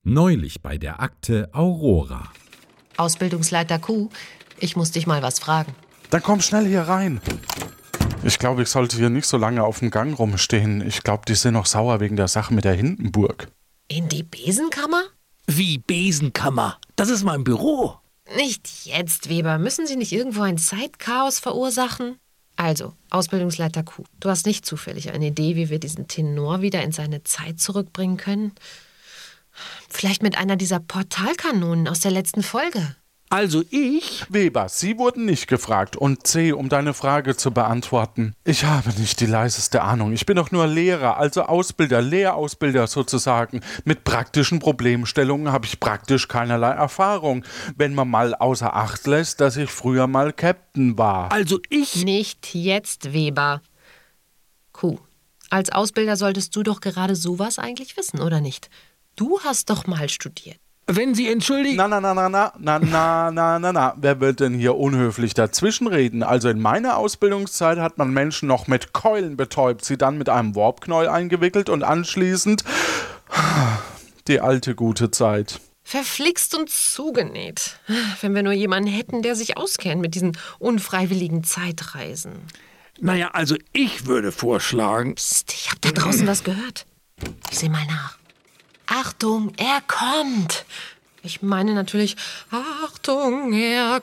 Neulich bei der Akte Aurora. Ausbildungsleiter Q, ich muss dich mal was fragen. Dann komm schnell hier rein. Ich glaube, ich sollte hier nicht so lange auf dem Gang rumstehen. Ich glaube, die sind noch sauer wegen der Sache mit der Hindenburg. In die Besenkammer? Wie Besenkammer? Das ist mein Büro. Nicht jetzt, Weber. Müssen Sie nicht irgendwo ein Zeitchaos verursachen? Also, Ausbildungsleiter Q, du hast nicht zufällig eine Idee, wie wir diesen Tenor wieder in seine Zeit zurückbringen können? Vielleicht mit einer dieser Portalkanonen aus der letzten Folge. Also ich? Weber, Sie wurden nicht gefragt. Und C, um deine Frage zu beantworten. Ich habe nicht die leiseste Ahnung. Ich bin doch nur Lehrer, also Ausbilder, Lehrausbilder sozusagen. Mit praktischen Problemstellungen habe ich praktisch keinerlei Erfahrung. Wenn man mal außer Acht lässt, dass ich früher mal Captain war. Also ich? Nicht jetzt, Weber. Q, als Ausbilder solltest du doch gerade sowas eigentlich wissen, oder nicht? Du hast doch mal studiert. Wenn Sie entschuldigen... Na. Wer wird denn hier unhöflich dazwischenreden? Also in meiner Ausbildungszeit hat man Menschen noch mit Keulen betäubt, sie dann mit einem Warpknäuel eingewickelt und anschließend... Die alte gute Zeit. Verflixt und zugenäht. Wenn wir nur jemanden hätten, der sich auskennt mit diesen unfreiwilligen Zeitreisen. Naja, also ich würde vorschlagen... Psst, ich hab da draußen was gehört. Ich seh mal nach. Achtung, er kommt. Ich meine natürlich, Achtung, er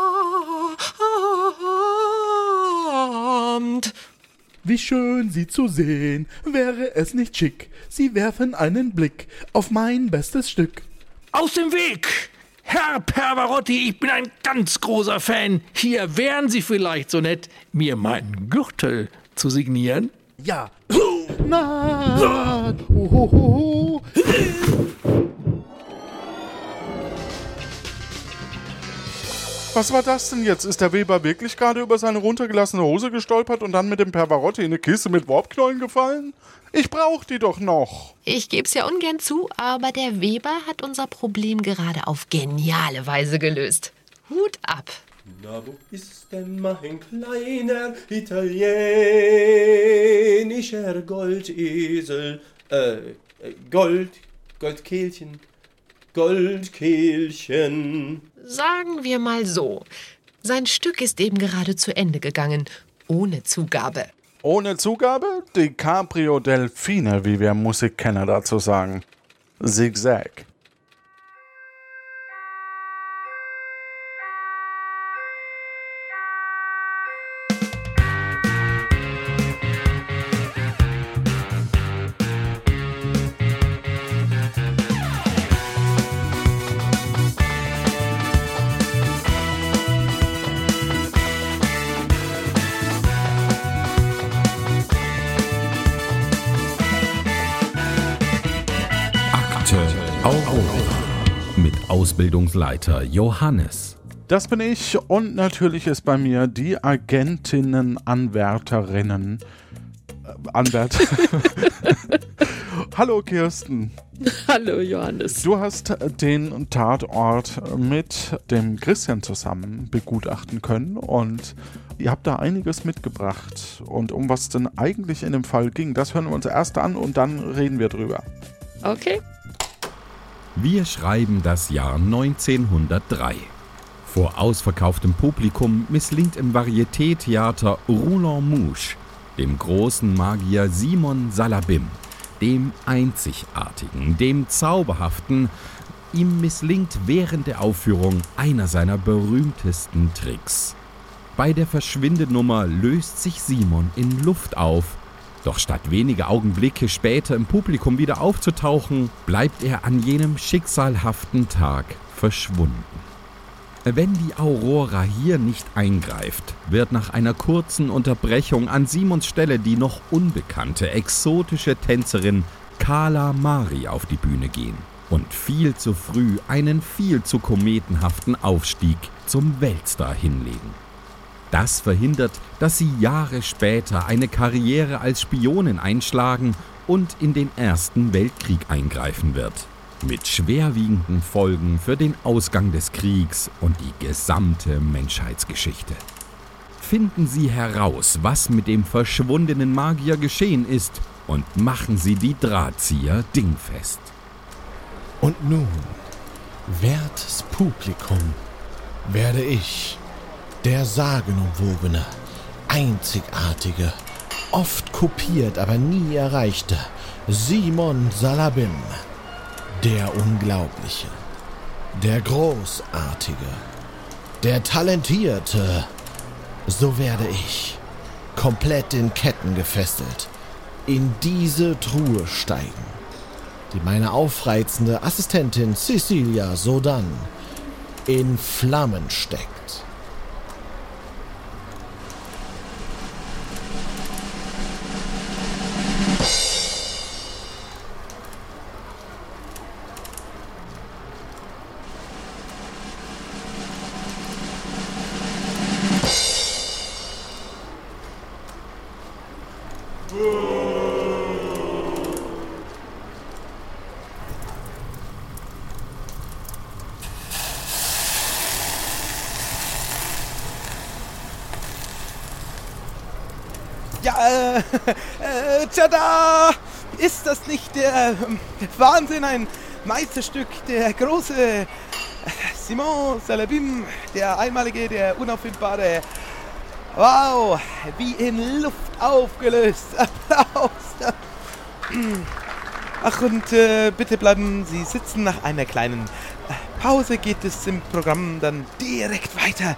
kommt. Wie schön, Sie zu sehen, wäre es nicht schick. Sie werfen einen Blick auf mein bestes Stück. Aus dem Weg! Herr Pervarotti, ich bin ein ganz großer Fan. Hier wären Sie vielleicht so nett, mir meinen Gürtel zu signieren? Ja. Na, ho. Was war das denn jetzt? Ist der Weber wirklich gerade über seine runtergelassene Hose gestolpert und dann mit dem Pervarotti in eine Kiste mit Warpknäulen gefallen? Ich brauch die doch noch. Ich geb's ja ungern zu, aber der Weber hat unser Problem gerade auf geniale Weise gelöst. Hut ab. Na, wo ist denn mein kleiner italienischer Goldesel? Goldkehlchen. Sagen wir mal so. Sein Stück ist eben gerade zu Ende gegangen. Ohne Zugabe. Ohne Zugabe? Die Cabrio Delfine, wie wir Musikkenner dazu sagen. Zigzag. Aurora mit Ausbildungsleiter Johannes. Das bin ich und natürlich ist bei mir die Anwärterinnen. Hallo Kirsten. Hallo Johannes. Du hast den Tatort mit dem Christian zusammen begutachten können und ihr habt da einiges mitgebracht. Und um was denn eigentlich in dem Fall ging, das hören wir uns erst an und dann reden wir drüber. Okay. Wir schreiben das Jahr 1903. Vor ausverkauftem Publikum misslingt im Varieté-Theater Roulant Mouche dem großen Magier Simon Salabim, dem Einzigartigen, dem Zauberhaften. Ihm misslingt während der Aufführung einer seiner berühmtesten Tricks. Bei der Verschwindenummer löst sich Simon in Luft auf. Doch statt wenige Augenblicke später im Publikum wieder aufzutauchen, bleibt er an jenem schicksalhaften Tag verschwunden. Wenn die Aurora hier nicht eingreift, wird nach einer kurzen Unterbrechung an Simons Stelle die noch unbekannte, exotische Tänzerin Carla Mari auf die Bühne gehen und viel zu früh einen viel zu kometenhaften Aufstieg zum Weltstar hinlegen. Das verhindert, dass sie Jahre später eine Karriere als Spionin einschlagen und in den Ersten Weltkrieg eingreifen wird. Mit schwerwiegenden Folgen für den Ausgang des Kriegs und die gesamte Menschheitsgeschichte. Finden Sie heraus, was mit dem verschwundenen Magier geschehen ist und machen Sie die Drahtzieher dingfest. Und nun, wertes Publikum, werde ich, der sagenumwobene, einzigartige, oft kopiert, aber nie erreichte Simon Salabim, der Unglaubliche, der Großartige, der Talentierte, so werde ich, komplett in Ketten gefesselt, in diese Truhe steigen, die meine aufreizende Assistentin Cecilia sodann in Flammen steckt. Ja, tada! Ist das nicht der Wahnsinn, ein Meisterstück, der große Simon Salabim, der einmalige, der unauffindbare. Wow, wie in Luft aufgelöst. Applaus! Ach, und bitte bleiben Sie sitzen. Nach einer kleinen Pause geht es im Programm dann direkt weiter.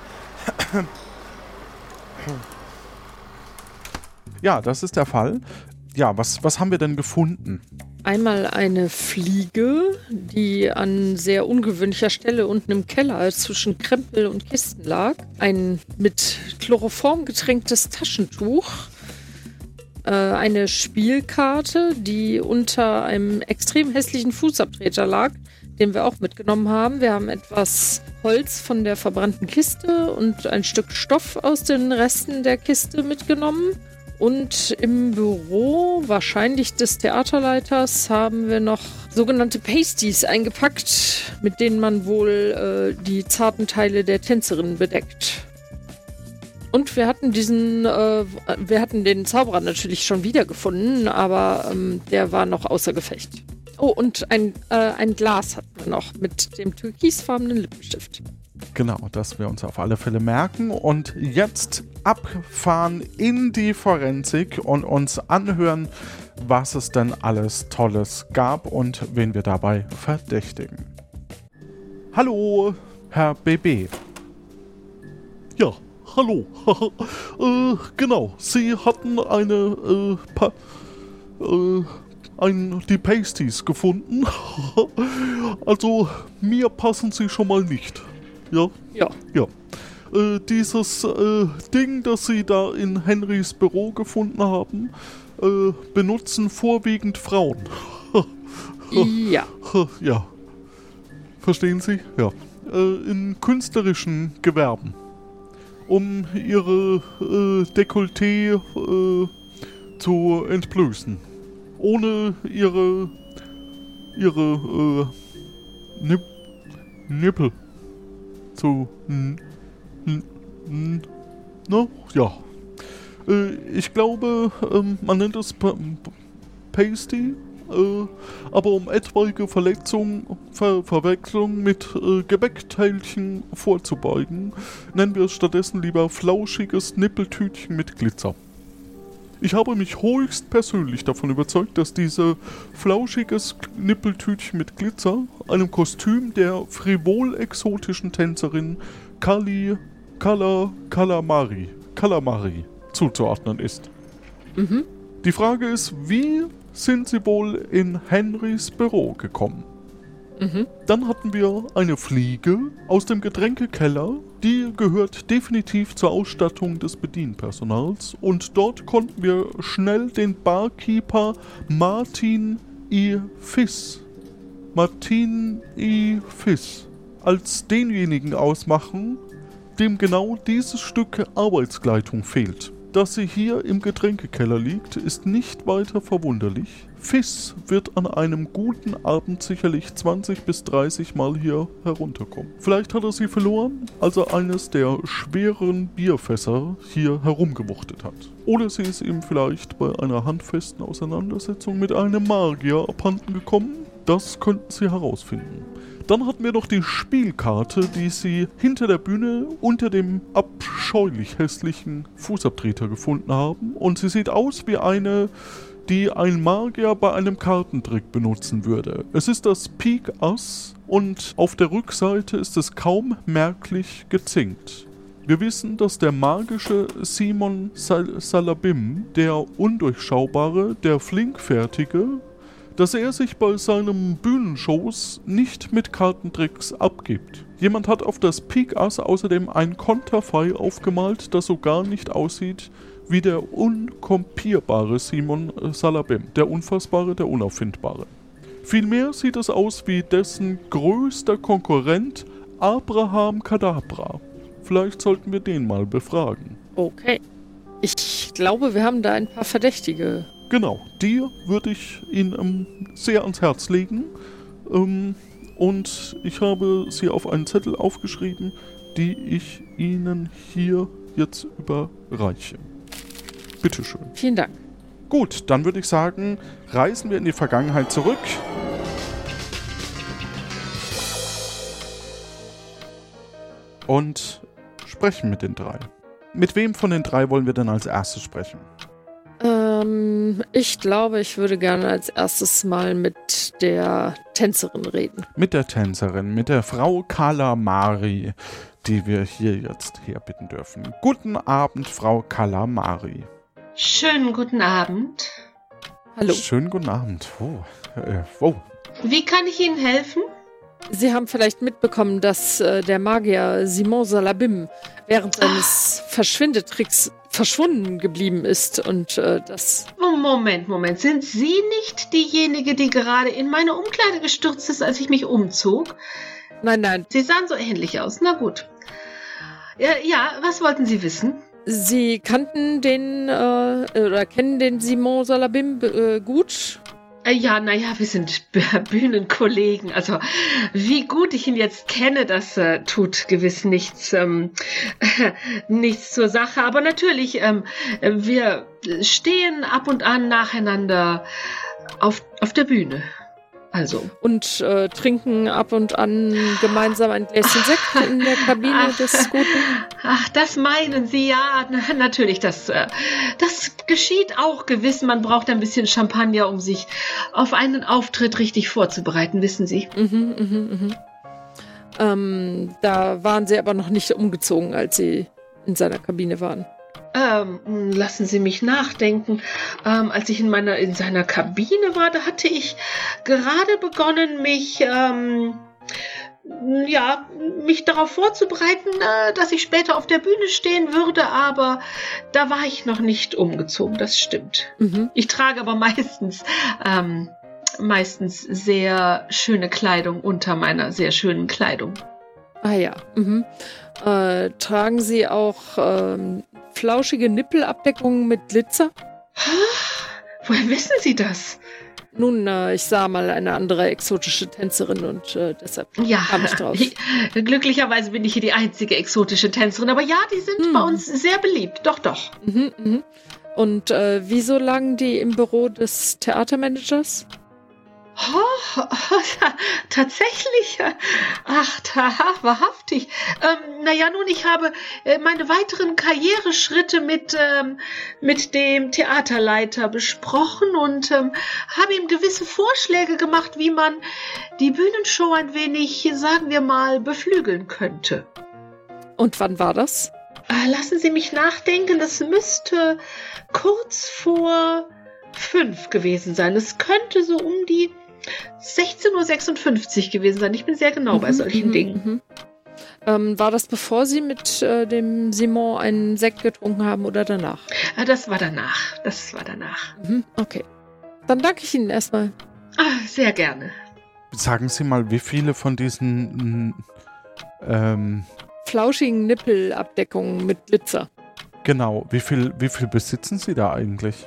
Ja, das ist der Fall. Ja, was haben wir denn gefunden? Einmal eine Fliege, die an sehr ungewöhnlicher Stelle unten im Keller zwischen Krempel und Kisten lag. Ein mit Chloroform getränktes Taschentuch. Eine Spielkarte, die unter einem extrem hässlichen Fußabtreter lag, den wir auch mitgenommen haben. Wir haben etwas Holz von der verbrannten Kiste und ein Stück Stoff aus den Resten der Kiste mitgenommen. Und im Büro, wahrscheinlich des Theaterleiters, haben wir noch sogenannte Pasties eingepackt, mit denen man wohl die zarten Teile der Tänzerin bedeckt. Und wir hatten den Zauberer natürlich schon wiedergefunden, aber der war noch außer Gefecht. Oh, und ein Glas hatten wir noch mit dem türkisfarbenen Lippenstift. Genau, das wir uns auf alle Fälle merken. Und jetzt abfahren in die Forensik und uns anhören, was es denn alles Tolles gab und wen wir dabei verdächtigen. Hallo, Herr BB. Ja, hallo. Genau, Sie hatten die Pasties gefunden. Also, mir passen sie schon mal nicht. Ja? Ja. Ja. Dieses Ding, das Sie da in Henrys Büro gefunden haben, benutzen vorwiegend Frauen. Ja. Ja. Verstehen Sie? Ja. In künstlerischen Gewerben. Um ihre Dekolleté zu entblößen. Ohne ihre Nippel zu ja. Ich glaube, man nennt es Pasty, aber um etwaige Verwechslung mit Gebäckteilchen vorzubeugen, nennen wir es stattdessen lieber flauschiges Nippeltütchen mit Glitzer. Ich habe mich höchst persönlich davon überzeugt, dass diese flauschiges Nippeltütchen mit Glitzer einem Kostüm der frivol-exotischen Tänzerin Calamari zuzuordnen ist. Mhm. Die Frage ist, wie sind sie wohl in Henrys Büro gekommen? Mhm. Dann hatten wir eine Fliege aus dem Getränkekeller, die gehört definitiv zur Ausstattung des Bedienpersonals und dort konnten wir schnell den Barkeeper Martin I. Fiss als denjenigen ausmachen, dem genau dieses Stück Arbeitskleidung fehlt. Dass sie hier im Getränkekeller liegt, ist nicht weiter verwunderlich. Fiss wird an einem guten Abend sicherlich 20 bis 30 Mal hier herunterkommen. Vielleicht hat er sie verloren, als er eines der schweren Bierfässer hier herumgewuchtet hat. Oder sie ist ihm vielleicht bei einer handfesten Auseinandersetzung mit einem Magier abhanden gekommen. Das könnten Sie herausfinden. Dann hatten wir noch die Spielkarte, die Sie hinter der Bühne unter dem abscheulich hässlichen Fußabtreter gefunden haben. Und sie sieht aus wie eine, die ein Magier bei einem Kartentrick benutzen würde. Es ist das Pik Ass und auf der Rückseite ist es kaum merklich gezinkt. Wir wissen, dass der magische Simon Salabim, der Undurchschaubare, der Flinkfertige, dass er sich bei seinen Bühnenshows nicht mit Kartentricks abgibt. Jemand hat auf das Pik Ass außerdem ein Konterfei aufgemalt, das so gar nicht aussieht wie der unkompierbare Simon Salabim, der Unfassbare, der Unauffindbare. Vielmehr sieht es aus wie dessen größter Konkurrent Abraham Kadabra. Vielleicht sollten wir den mal befragen. Okay. Ich glaube, wir haben da ein paar Verdächtige. Genau, die würde ich Ihnen sehr ans Herz legen. Und ich habe sie auf einen Zettel aufgeschrieben, die ich Ihnen hier jetzt überreiche. Bitteschön. Vielen Dank. Gut, dann würde ich sagen, reisen wir in die Vergangenheit zurück. Und sprechen mit den drei. Mit wem von den drei wollen wir denn als erstes sprechen? Ich glaube, ich würde gerne als erstes mal mit der Tänzerin reden. Mit der Tänzerin, mit der Frau Calamari, die wir hier jetzt herbitten dürfen. Guten Abend, Frau Calamari. Schönen guten Abend. Hallo. Schönen guten Abend. Wie kann ich Ihnen helfen? Sie haben vielleicht mitbekommen, dass der Magier Simon Salabim während seines Verschwindetricks verschwunden geblieben ist und das... Moment. Sind Sie nicht diejenige, die gerade in meine Umkleide gestürzt ist, als ich mich umzog? Nein. Sie sahen so ähnlich aus. Na gut. Ja, was wollten Sie wissen? Sie kannten den, oder kennen den Simon Salabim gut? Ja, wir sind Bühnenkollegen. Also, wie gut ich ihn jetzt kenne, das tut gewiss nichts zur Sache. Aber natürlich, wir stehen ab und an nacheinander auf der Bühne. Also. Und trinken ab und an gemeinsam ein Gläschen Sekt in der Kabine des Guten? Ach, das meinen Sie, ja. Natürlich, das geschieht auch gewiss. Man braucht ein bisschen Champagner, um sich auf einen Auftritt richtig vorzubereiten, wissen Sie. Da waren Sie aber noch nicht umgezogen, als Sie in seiner Kabine waren. Lassen Sie mich nachdenken. Als ich in seiner Kabine war, da hatte ich gerade begonnen, mich darauf vorzubereiten, dass ich später auf der Bühne stehen würde, aber da war ich noch nicht umgezogen, das stimmt. Ich trage aber meistens sehr schöne Kleidung unter meiner sehr schönen Kleidung. Ah ja. Tragen Sie auch flauschige Nippelabdeckungen mit Glitzer? Woher wissen Sie das? Nun, ich sah mal eine andere exotische Tänzerin und deshalb kam ich drauf. Glücklicherweise bin ich hier die einzige exotische Tänzerin, aber ja, die sind bei uns sehr beliebt. Doch. Und wieso lagen die im Büro des Theatermanagers? Tatsächlich? Ach, wahrhaftig. Ich habe meine weiteren Karriereschritte mit dem Theaterleiter besprochen und habe ihm gewisse Vorschläge gemacht, wie man die Bühnenshow ein wenig, sagen wir mal, beflügeln könnte. Und wann war das? Lassen Sie mich nachdenken, das müsste kurz vor 5 gewesen sein. Es könnte so um die 16:56 Uhr gewesen sein. Ich bin sehr genau bei solchen Dingen. War das, bevor Sie mit dem Simon einen Sekt getrunken haben oder danach? Das war danach. Okay. Dann danke ich Ihnen erstmal. Sehr gerne. Sagen Sie mal, wie viele von diesen flauschigen Nippelabdeckungen mit Glitzer. Genau. Wie viel besitzen Sie da eigentlich?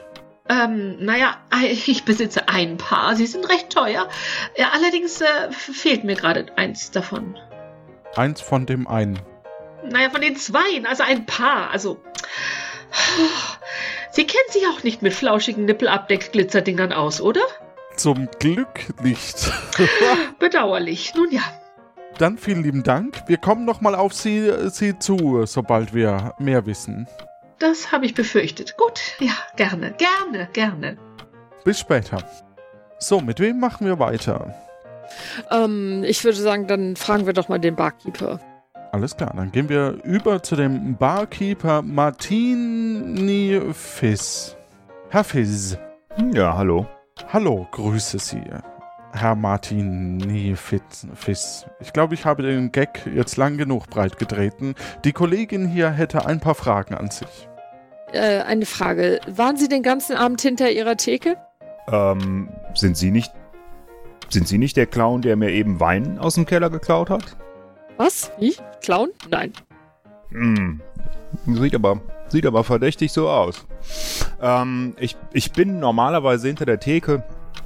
Ich besitze ein Paar. Sie sind recht teuer. Ja, allerdings fehlt mir gerade eins davon. Eins von dem einen? Von den zweien. Also ein Paar. Also, Sie kennen sich auch nicht mit flauschigen Nippelabdeck-Glitzerdingern aus, oder? Zum Glück nicht. Bedauerlich. Nun ja. Dann vielen lieben Dank. Wir kommen nochmal auf Sie zu, sobald wir mehr wissen. Das habe ich befürchtet. Gut, ja, gerne. Bis später. So, mit wem machen wir weiter? Ich würde sagen, dann fragen wir doch mal den Barkeeper. Alles klar, dann gehen wir über zu dem Barkeeper Martini Fiss. Herr Fiss. Ja, hallo. Hallo, grüße Sie, Herr Martini Fiss. Ich glaube, ich habe den Gag jetzt lang genug breit getreten. Die Kollegin hier hätte ein paar Fragen an sich. Eine Frage. Waren Sie den ganzen Abend hinter Ihrer Theke? Sind Sie nicht der Clown, der mir eben Wein aus dem Keller geklaut hat? Was? Wie? Clown? Nein. Sieht aber verdächtig so aus. Ich bin normalerweise hinter der Theke.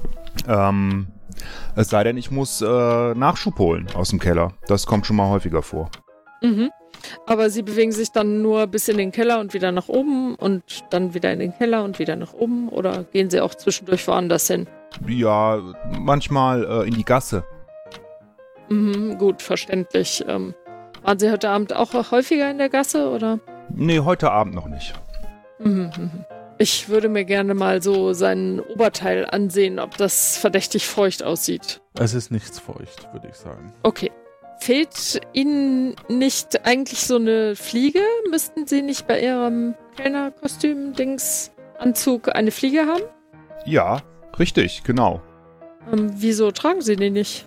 Es sei denn, ich muss Nachschub holen aus dem Keller. Das kommt schon mal häufiger vor. Mhm. Aber Sie bewegen sich dann nur bis in den Keller und wieder nach oben und dann wieder in den Keller und wieder nach oben? Oder gehen Sie auch zwischendurch woanders hin? Ja, manchmal in die Gasse. Mhm, gut, verständlich. Waren Sie heute Abend auch häufiger in der Gasse, oder? Nee, heute Abend noch nicht. Ich würde mir gerne mal so sein Oberteil ansehen, ob das verdächtig feucht aussieht. Es ist nichts feucht, würde ich sagen. Okay. Fehlt Ihnen nicht eigentlich so eine Fliege? Müssten Sie nicht bei Ihrem Kellnerkostüm-Dings-Anzug eine Fliege haben? Ja, richtig, genau. Wieso tragen Sie die nicht?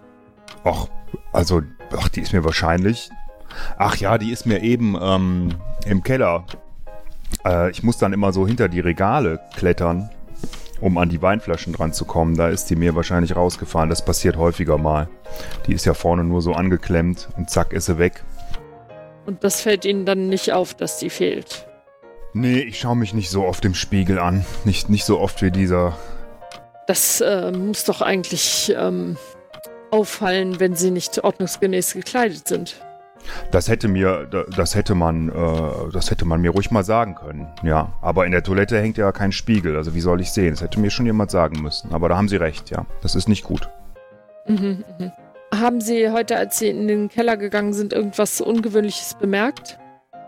Die ist mir wahrscheinlich... Ach ja, die ist mir eben im Keller. Ich muss dann immer so hinter die Regale klettern, um an die Weinflaschen dran zu kommen. Da ist die mir wahrscheinlich rausgefallen. Das passiert häufiger mal. Die ist ja vorne nur so angeklemmt und zack ist sie weg. Und das fällt Ihnen dann nicht auf, dass die fehlt? Nee, ich schaue mich nicht so oft im Spiegel an. Nicht so oft wie dieser. Das muss doch eigentlich auffallen, wenn Sie nicht ordnungsgemäß gekleidet sind. Das hätte man mir ruhig mal sagen können, ja. Aber in der Toilette hängt ja kein Spiegel, also wie soll ich sehen? Das hätte mir schon jemand sagen müssen. Aber da haben Sie recht, ja. Das ist nicht gut. Haben Sie heute, als Sie in den Keller gegangen sind, irgendwas Ungewöhnliches bemerkt?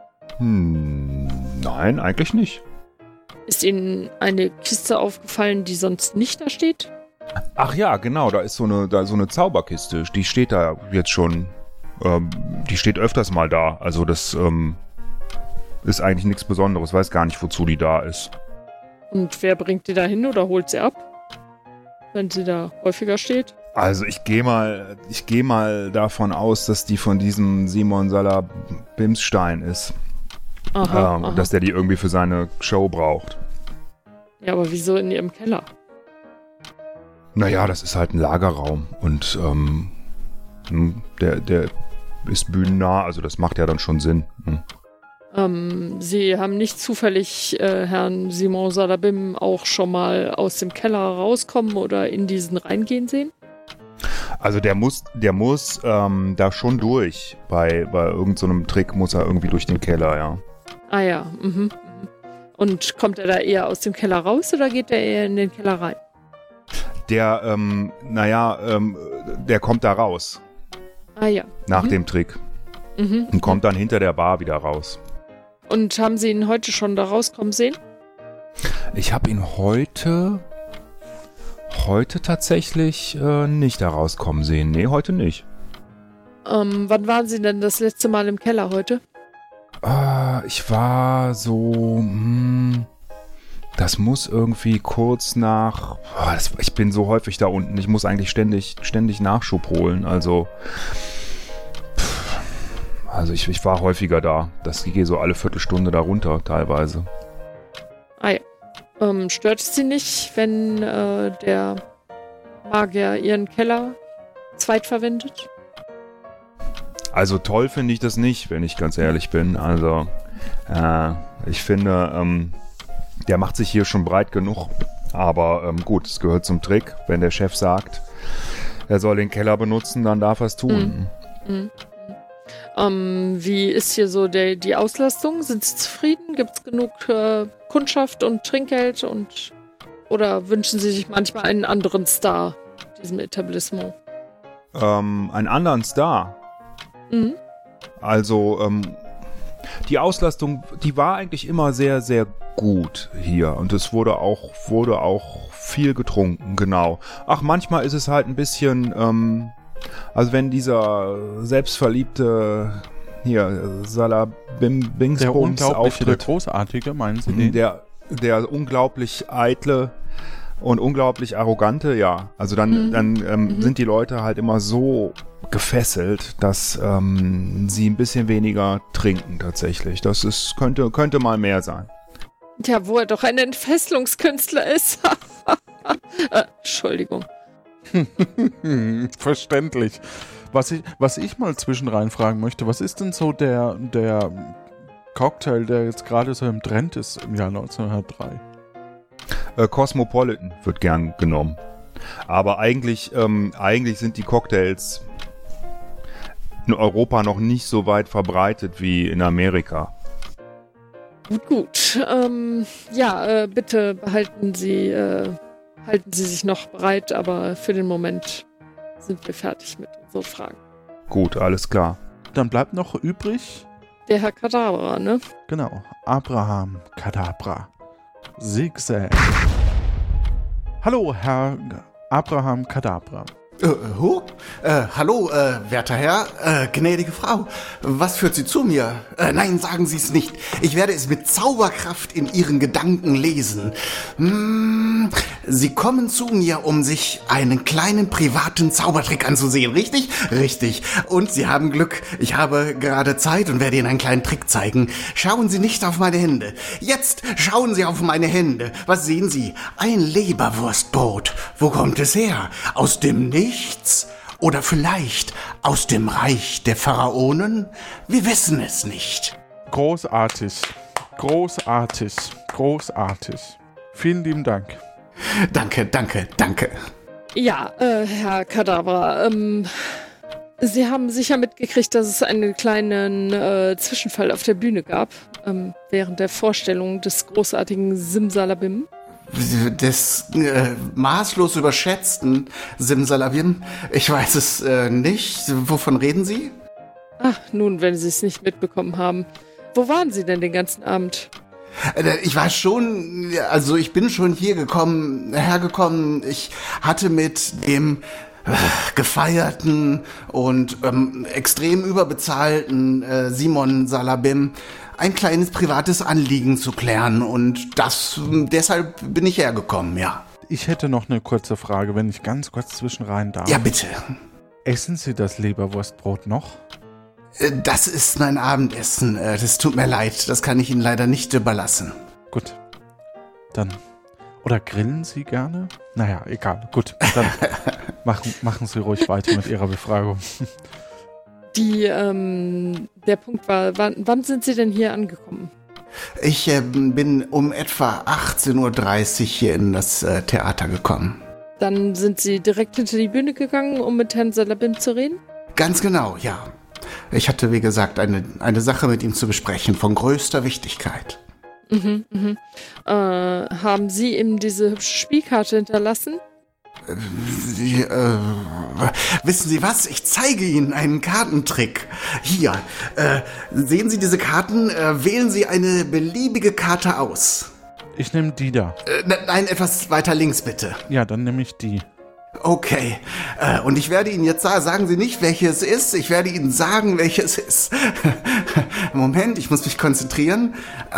Nein, eigentlich nicht. Ist Ihnen eine Kiste aufgefallen, die sonst nicht da steht? Ach ja, genau, da ist so eine Zauberkiste. Die steht da jetzt schon. Die steht öfters mal da. Also das ist eigentlich nichts Besonderes. Weiß gar nicht, wozu die da ist. Und wer bringt die da hin oder holt sie ab? Wenn sie da häufiger steht? Also ich gehe mal davon aus, dass die von diesem Simon Salabimstein ist. Aha. Dass der die irgendwie für seine Show braucht. Ja, aber wieso in ihrem Keller? Naja, das ist halt ein Lagerraum. Und der ist bühnennah, also das macht ja dann schon Sinn. Sie haben nicht zufällig Herrn Simon Salabim auch schon mal aus dem Keller rauskommen oder in diesen reingehen sehen? Also der muss da schon durch. Bei irgendeinem so Trick muss er irgendwie durch den Keller, ja. Ah ja, Und kommt er da eher aus dem Keller raus oder geht er eher in den Keller rein? Der kommt da raus. Ah ja. Nach dem Trick. Und kommt dann hinter der Bar wieder raus. Und haben Sie ihn heute schon da rauskommen sehen? Ich habe ihn heute tatsächlich nicht da rauskommen sehen. Nee, heute nicht. Wann waren Sie denn das letzte Mal im Keller heute? Ich war so... Das muss irgendwie kurz nach... ich bin so häufig da unten. Ich muss eigentlich ständig Nachschub holen. Also ich war häufiger da. Das gehe so alle Viertelstunde da runter teilweise. Ah ja. Stört es Sie nicht, wenn der Magier Ihren Keller zweitverwendet? Also toll finde ich das nicht, wenn ich ganz ehrlich bin. Also ich finde... Der macht sich hier schon breit genug. Aber gut, es gehört zum Trick. Wenn der Chef sagt, er soll den Keller benutzen, dann darf er es tun. Wie ist hier so die Auslastung? Sind Sie zufrieden? Gibt es genug Kundschaft und Trinkgeld und Oder wünschen Sie sich manchmal einen anderen Star in diesem Etablissement? Einen anderen Star? Mhm. Also, die Auslastung, die war eigentlich immer sehr, sehr gut hier. Und es wurde auch viel getrunken, genau. Ach, manchmal ist es halt ein bisschen, also wenn dieser selbstverliebte hier, Salabim-Bingsbums der unglaubliche, auftritt. der großartige, meinen Sie den? Der unglaublich eitle und unglaublich arrogante, ja. Also dann sind die Leute halt immer so gefesselt, dass sie ein bisschen weniger trinken tatsächlich. Das ist, könnte mal mehr sein. Ja, wo er doch ein Entfesselungskünstler ist. Entschuldigung. Verständlich. Was ich mal zwischenrein fragen möchte, was ist denn so der Cocktail, der jetzt gerade so im Trend ist im Jahr 1903? Cosmopolitan wird gern genommen. Aber eigentlich sind die Cocktails in Europa noch nicht so weit verbreitet wie in Amerika. Gut. Bitte halten Sie sich noch bereit, aber für den Moment sind wir fertig mit unseren Fragen. Gut, alles klar. Dann bleibt noch übrig... Der Herr Kadabra, ne? Genau. Abraham Kadabra. Zigzag. Hallo, Herr Abraham Kadabra. Hallo, werter Herr, gnädige Frau. Was führt Sie zu mir? Nein, sagen Sie es nicht. Ich werde es mit Zauberkraft in Ihren Gedanken lesen. Sie kommen zu mir, um sich einen kleinen privaten Zaubertrick anzusehen, richtig? Richtig. Und Sie haben Glück. Ich habe gerade Zeit und werde Ihnen einen kleinen Trick zeigen. Schauen Sie nicht auf meine Hände. Jetzt schauen Sie auf meine Hände. Was sehen Sie? Ein Leberwurstbrot. Wo kommt es her? Aus dem Nichts? Oder vielleicht aus dem Reich der Pharaonen? Wir wissen es nicht. Großartig. Großartig. Großartig. Vielen lieben Dank. Danke. Ja, Herr Kadabra, Sie haben sicher mitgekriegt, dass es einen kleinen Zwischenfall auf der Bühne gab, während der Vorstellung des großartigen Simsalabim. Des maßlos überschätzten Simsalabim? Ich weiß es nicht. Wovon reden Sie? Ach, nun, wenn Sie es nicht mitbekommen haben. Wo waren Sie denn den ganzen Abend? Ich war schon, also ich bin schon hergekommen. Ich hatte mit dem gefeierten und extrem überbezahlten Simon Salabim ein kleines privates Anliegen zu klären und deshalb bin ich hergekommen, ja. Ich hätte noch eine kurze Frage, wenn ich ganz kurz zwischenrein darf. Ja, bitte. Essen Sie das Leberwurstbrot noch? Das ist mein Abendessen. Das tut mir leid. Das kann ich Ihnen leider nicht überlassen. Gut. Dann. Oder grillen Sie gerne? Naja, egal. Gut. Dann machen Sie ruhig weiter mit Ihrer Befragung. Der Punkt war, wann sind Sie denn hier angekommen? Ich bin um etwa 18:30 Uhr hier in das Theater gekommen. Dann sind Sie direkt hinter die Bühne gegangen, um mit Herrn Salabim zu reden? Ganz genau, ja. Ich hatte, wie gesagt, eine Sache mit ihm zu besprechen, von größter Wichtigkeit. Haben Sie ihm diese hübsche Spielkarte hinterlassen? Wissen Sie was? Ich zeige Ihnen einen Kartentrick. Hier, sehen Sie diese Karten? Wählen Sie eine beliebige Karte aus. Ich nehme die da. Nein, etwas weiter links bitte. Ja, dann nehme ich die. Okay, und ich werde Ihnen jetzt sagen Sie nicht, welches es ist. Ich werde Ihnen sagen, welches es ist. Moment, ich muss mich konzentrieren.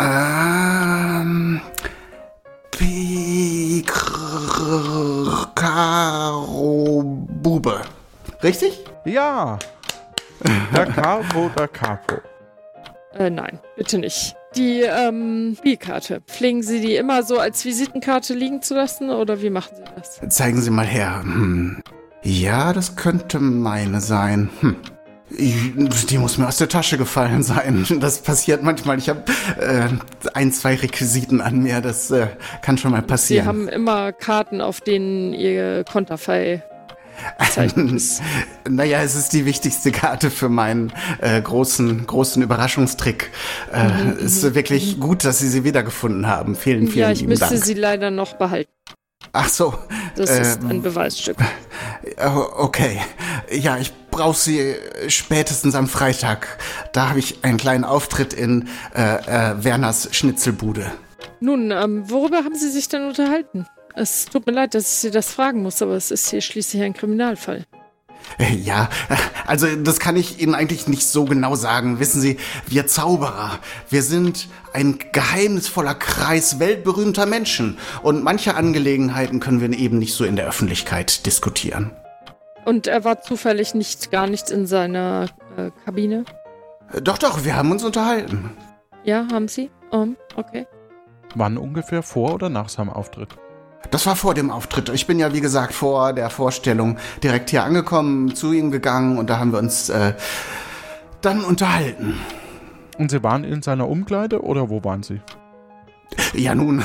Karo Bube. Richtig? Ja. Da Capo. Nein, bitte nicht. Die Spielkarte. Pflegen Sie die immer so als Visitenkarte liegen zu lassen oder wie machen Sie das? Zeigen Sie mal her. Ja, das könnte meine sein. Die muss mir aus der Tasche gefallen sein. Das passiert manchmal. Ich habe 1-2 Requisiten an mir. Das kann schon mal passieren. Sie haben immer Karten, auf denen Ihr Konterfei bezeichnet ist. Naja, es ist die wichtigste Karte für meinen großen Überraschungstrick. Es ist wirklich gut, dass Sie sie wiedergefunden haben. Vielen, vielen lieben Dank. Ja, ich müsste sie leider noch behalten. Ach so. Das ist ein Beweisstück. Okay. Ja, ich brauche Sie spätestens am Freitag. Da habe ich einen kleinen Auftritt in Werners Schnitzelbude. Nun, worüber haben Sie sich denn unterhalten? Es tut mir leid, dass ich Sie das fragen muss, aber es ist hier schließlich ein Kriminalfall. Ja, also das kann ich Ihnen eigentlich nicht so genau sagen. Wissen Sie, wir Zauberer, wir sind ein geheimnisvoller Kreis weltberühmter Menschen. Und manche Angelegenheiten können wir eben nicht so in der Öffentlichkeit diskutieren. Und er war zufällig gar nichts in seiner Kabine? Doch, wir haben uns unterhalten. Ja, haben Sie? Okay. Wann ungefähr, vor oder nach seinem Auftritt? Das war vor dem Auftritt. Ich bin ja, wie gesagt, vor der Vorstellung direkt hier angekommen, zu ihm gegangen und da haben wir uns dann unterhalten. Und Sie waren in seiner Umkleide oder wo waren Sie? Ja nun,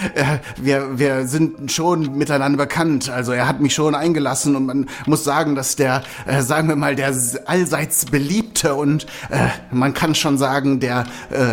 wir sind schon miteinander bekannt. Also er hat mich schon eingelassen und man muss sagen, dass der, sagen wir mal, der allseits beliebte und man kann schon sagen, der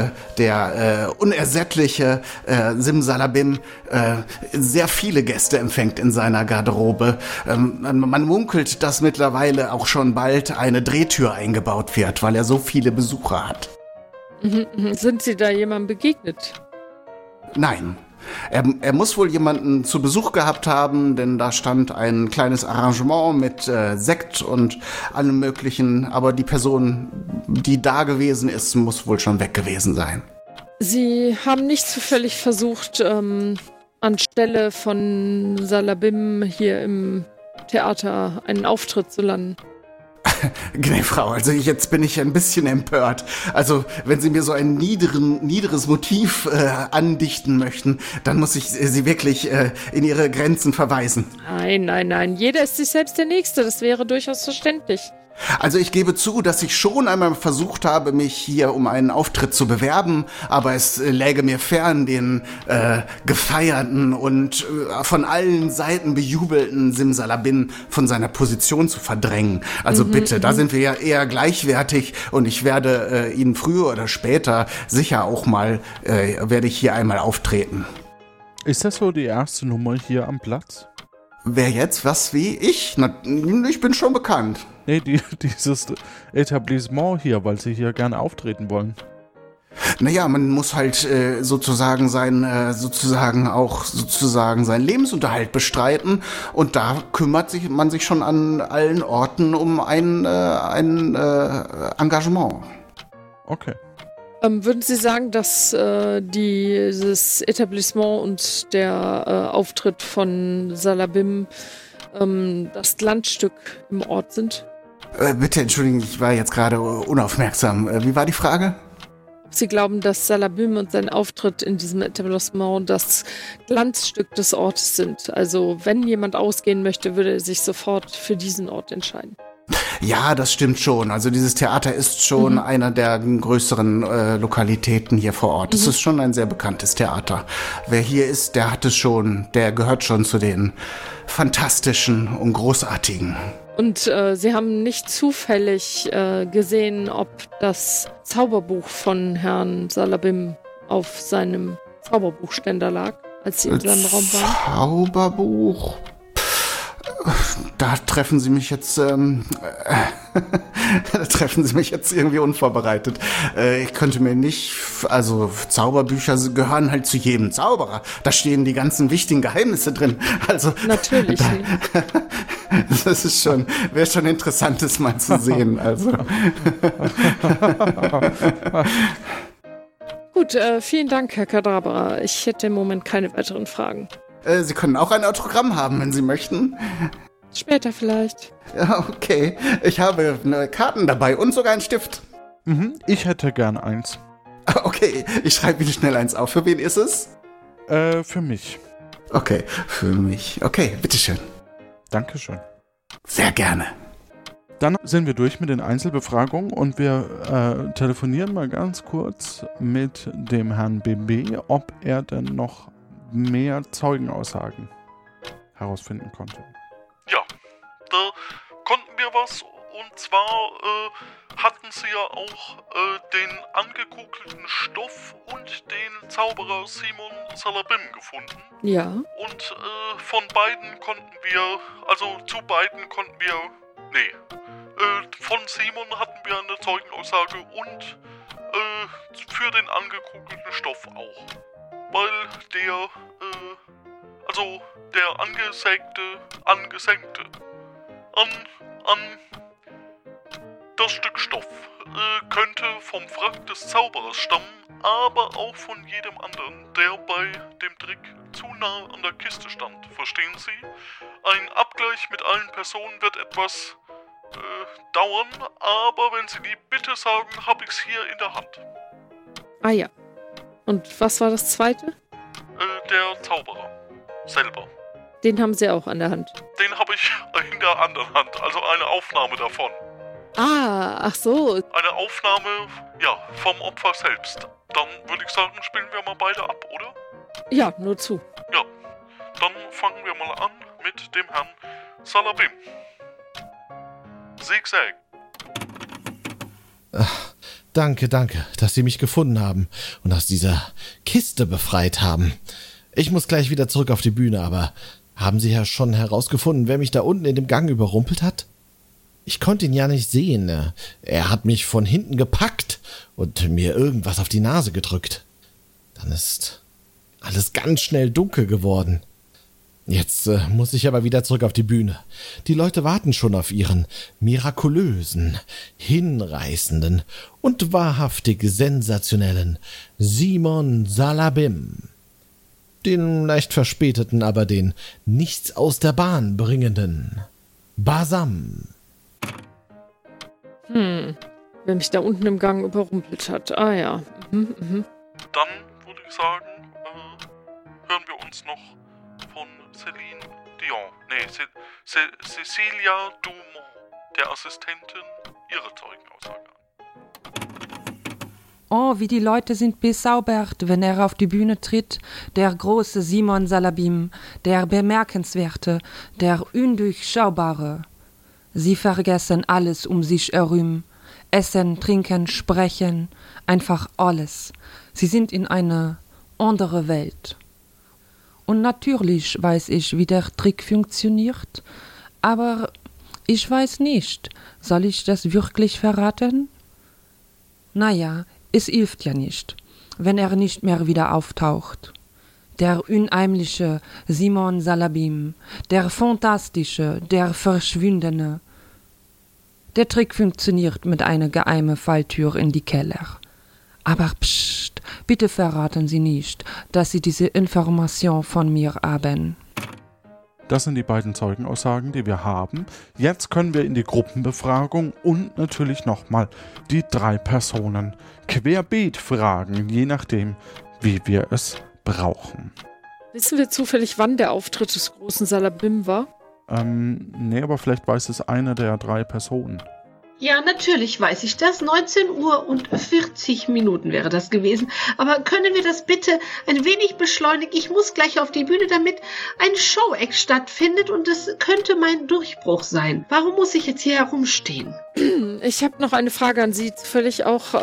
unersättliche Simsalabim sehr viele Gäste empfängt in seiner Garderobe. Man munkelt, dass mittlerweile auch schon bald eine Drehtür eingebaut wird, weil er so viele Besucher hat. Sind Sie da jemandem begegnet? Nein. Er muss wohl jemanden zu Besuch gehabt haben, denn da stand ein kleines Arrangement mit Sekt und allem Möglichen. Aber die Person, die da gewesen ist, muss wohl schon weg gewesen sein. Sie haben nicht zufällig versucht, anstelle von Salabim hier im Theater einen Auftritt zu landen? Gnä, Frau, also jetzt bin ich ein bisschen empört. Also, wenn Sie mir so ein niederes Motiv andichten möchten, dann muss ich Sie wirklich in Ihre Grenzen verweisen. Nein. Jeder ist sich selbst der Nächste. Das wäre durchaus verständlich. Also ich gebe zu, dass ich schon einmal versucht habe, mich hier um einen Auftritt zu bewerben, aber es läge mir fern, den gefeierten und von allen Seiten bejubelten Simsalabim von seiner Position zu verdrängen. Also bitte, da sind wir ja eher gleichwertig und ich werde Ihnen früher oder später sicher auch mal, werde ich hier einmal auftreten. Ist das so die erste Nummer hier am Platz? Wer jetzt? Was? Wie? Ich? Na, ich bin schon bekannt. Nee, dieses Etablissement hier, weil Sie hier gerne auftreten wollen. Naja, man muss halt sozusagen seinen Lebensunterhalt bestreiten und da kümmert man sich schon an allen Orten um ein Engagement. Okay. Würden Sie sagen, dass dieses Etablissement und der Auftritt von Salabim das Glanzstück im Ort sind? Bitte entschuldigen, ich war jetzt gerade unaufmerksam. Wie war die Frage? Sie glauben, dass Salabim und sein Auftritt in diesem Etablissement das Glanzstück des Ortes sind. Also wenn jemand ausgehen möchte, würde er sich sofort für diesen Ort entscheiden. Ja, das stimmt schon. Also dieses Theater ist schon einer der größeren Lokalitäten hier vor Ort. Es ist schon ein sehr bekanntes Theater. Wer hier ist, der gehört schon zu den fantastischen und großartigen. Und Sie haben nicht zufällig gesehen, ob das Zauberbuch von Herrn Salabim auf seinem Zauberbuchständer lag, als Sie in seinem Raum waren? Zauberbuch? Da treffen Sie mich jetzt, irgendwie unvorbereitet. Ich könnte mir nicht, also Zauberbücher gehören halt zu jedem Zauberer. Da stehen die ganzen wichtigen Geheimnisse drin. Also natürlich. Das ist wäre schon interessant, das mal zu sehen. Also. Gut, vielen Dank, Herr Kadabra. Ich hätte im Moment keine weiteren Fragen. Sie können auch ein Autogramm haben, wenn Sie möchten. Später vielleicht. Ja, okay. Ich habe Karten dabei und sogar einen Stift. Ich hätte gern eins. Okay, ich schreibe Ihnen schnell eins auf. Für wen ist es? Für mich. Okay, für mich. Okay, bitteschön. Dankeschön. Sehr gerne. Dann sind wir durch mit den Einzelbefragungen und wir telefonieren mal ganz kurz mit dem Herrn BB, ob er denn noch mehr Zeugenaussagen herausfinden konnte. Ja, da konnten wir was Und zwar hatten sie ja auch den angekugelten Stoff und den Zauberer Simon Salabim gefunden. Ja. Und von beiden konnten wir, also zu beiden konnten wir, von Simon hatten wir eine Zeugenaussage und für den angekugelten Stoff auch. Weil der Angesenkte an das Stück Stoff könnte vom Frack des Zauberers stammen, aber auch von jedem anderen, der bei dem Trick zu nah an der Kiste stand. Verstehen Sie? Ein Abgleich mit allen Personen wird etwas dauern, aber wenn Sie die Bitte sagen, habe ich's hier in der Hand. Ah ja. Und was war das zweite? Der Zauberer selber. Den haben Sie auch an der Hand. Den habe ich in der anderen Hand, also eine Aufnahme davon. Ah, ach so. Eine Aufnahme, ja, vom Opfer selbst. Dann würde ich sagen, spielen wir mal beide ab, oder? Ja, nur zu. Ja, dann fangen wir mal an mit dem Herrn Salabim. Zigzag. Ach, danke, dass Sie mich gefunden haben und aus dieser Kiste befreit haben. Ich muss gleich wieder zurück auf die Bühne, aber haben Sie ja schon herausgefunden, wer mich da unten in dem Gang überrumpelt hat? Ich konnte ihn ja nicht sehen. Er hat mich von hinten gepackt und mir irgendwas auf die Nase gedrückt. Dann ist alles ganz schnell dunkel geworden. Jetzt muss ich aber wieder zurück auf die Bühne. Die Leute warten schon auf ihren mirakulösen, hinreißenden und wahrhaftig sensationellen Simon Salabim. Den leicht verspäteten, aber den nichts aus der Bahn bringenden Basam. Wer mich da unten im Gang überrumpelt hat. Ah ja. Dann würde ich sagen, hören wir uns noch von Céline Dion, Cecilia Dumont, der Assistentin, ihre Zeugenaussage an. Oh, wie die Leute sind bezaubert, wenn er auf die Bühne tritt, der große Simon Salabim, der bemerkenswerte, der undurchschaubare. Sie vergessen alles um sich herum, essen, trinken, sprechen, einfach alles. Sie sind in eine andere Welt. Und natürlich weiß ich, wie der Trick funktioniert, aber ich weiß nicht. Soll ich das wirklich verraten? Naja, es hilft ja nicht, wenn er nicht mehr wieder auftaucht. Der unheimliche Simon Salabim, der fantastische, der verschwundene. Der Trick funktioniert mit einer geheimen Falltür in die Keller. Aber psst, bitte verraten Sie nicht, dass Sie diese Information von mir haben. Das sind die beiden Zeugenaussagen, die wir haben. Jetzt können wir in die Gruppenbefragung und natürlich nochmal die 3 Personen querbeet fragen, je nachdem, wie wir es brauchen. Wissen wir zufällig, wann der Auftritt des großen Salabim war? Nee, aber vielleicht weiß es eine der 3 Personen. Ja, natürlich weiß ich das. 19:40 wäre das gewesen. Aber können wir das bitte ein wenig beschleunigen? Ich muss gleich auf die Bühne, damit ein Show-Act stattfindet und es könnte mein Durchbruch sein. Warum muss ich jetzt hier herumstehen? Ich habe noch eine Frage an Sie. Zufällig auch,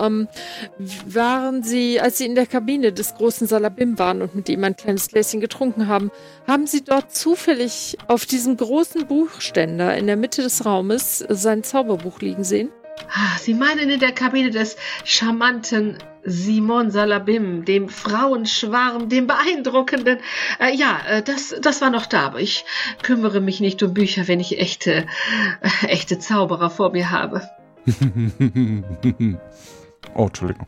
waren Sie, als Sie in der Kabine des großen Salabim waren und mit ihm ein kleines Gläschen getrunken haben, haben Sie dort zufällig auf diesem großen Buchständer in der Mitte des Raumes sein Zauberbuch liegen sehen? Sie meinen in der Kabine des charmanten Simon Salabim, dem Frauenschwarm, dem beeindruckenden. Das war noch da, aber ich kümmere mich nicht um Bücher, wenn ich echte Zauberer vor mir habe. Oh, Entschuldigung.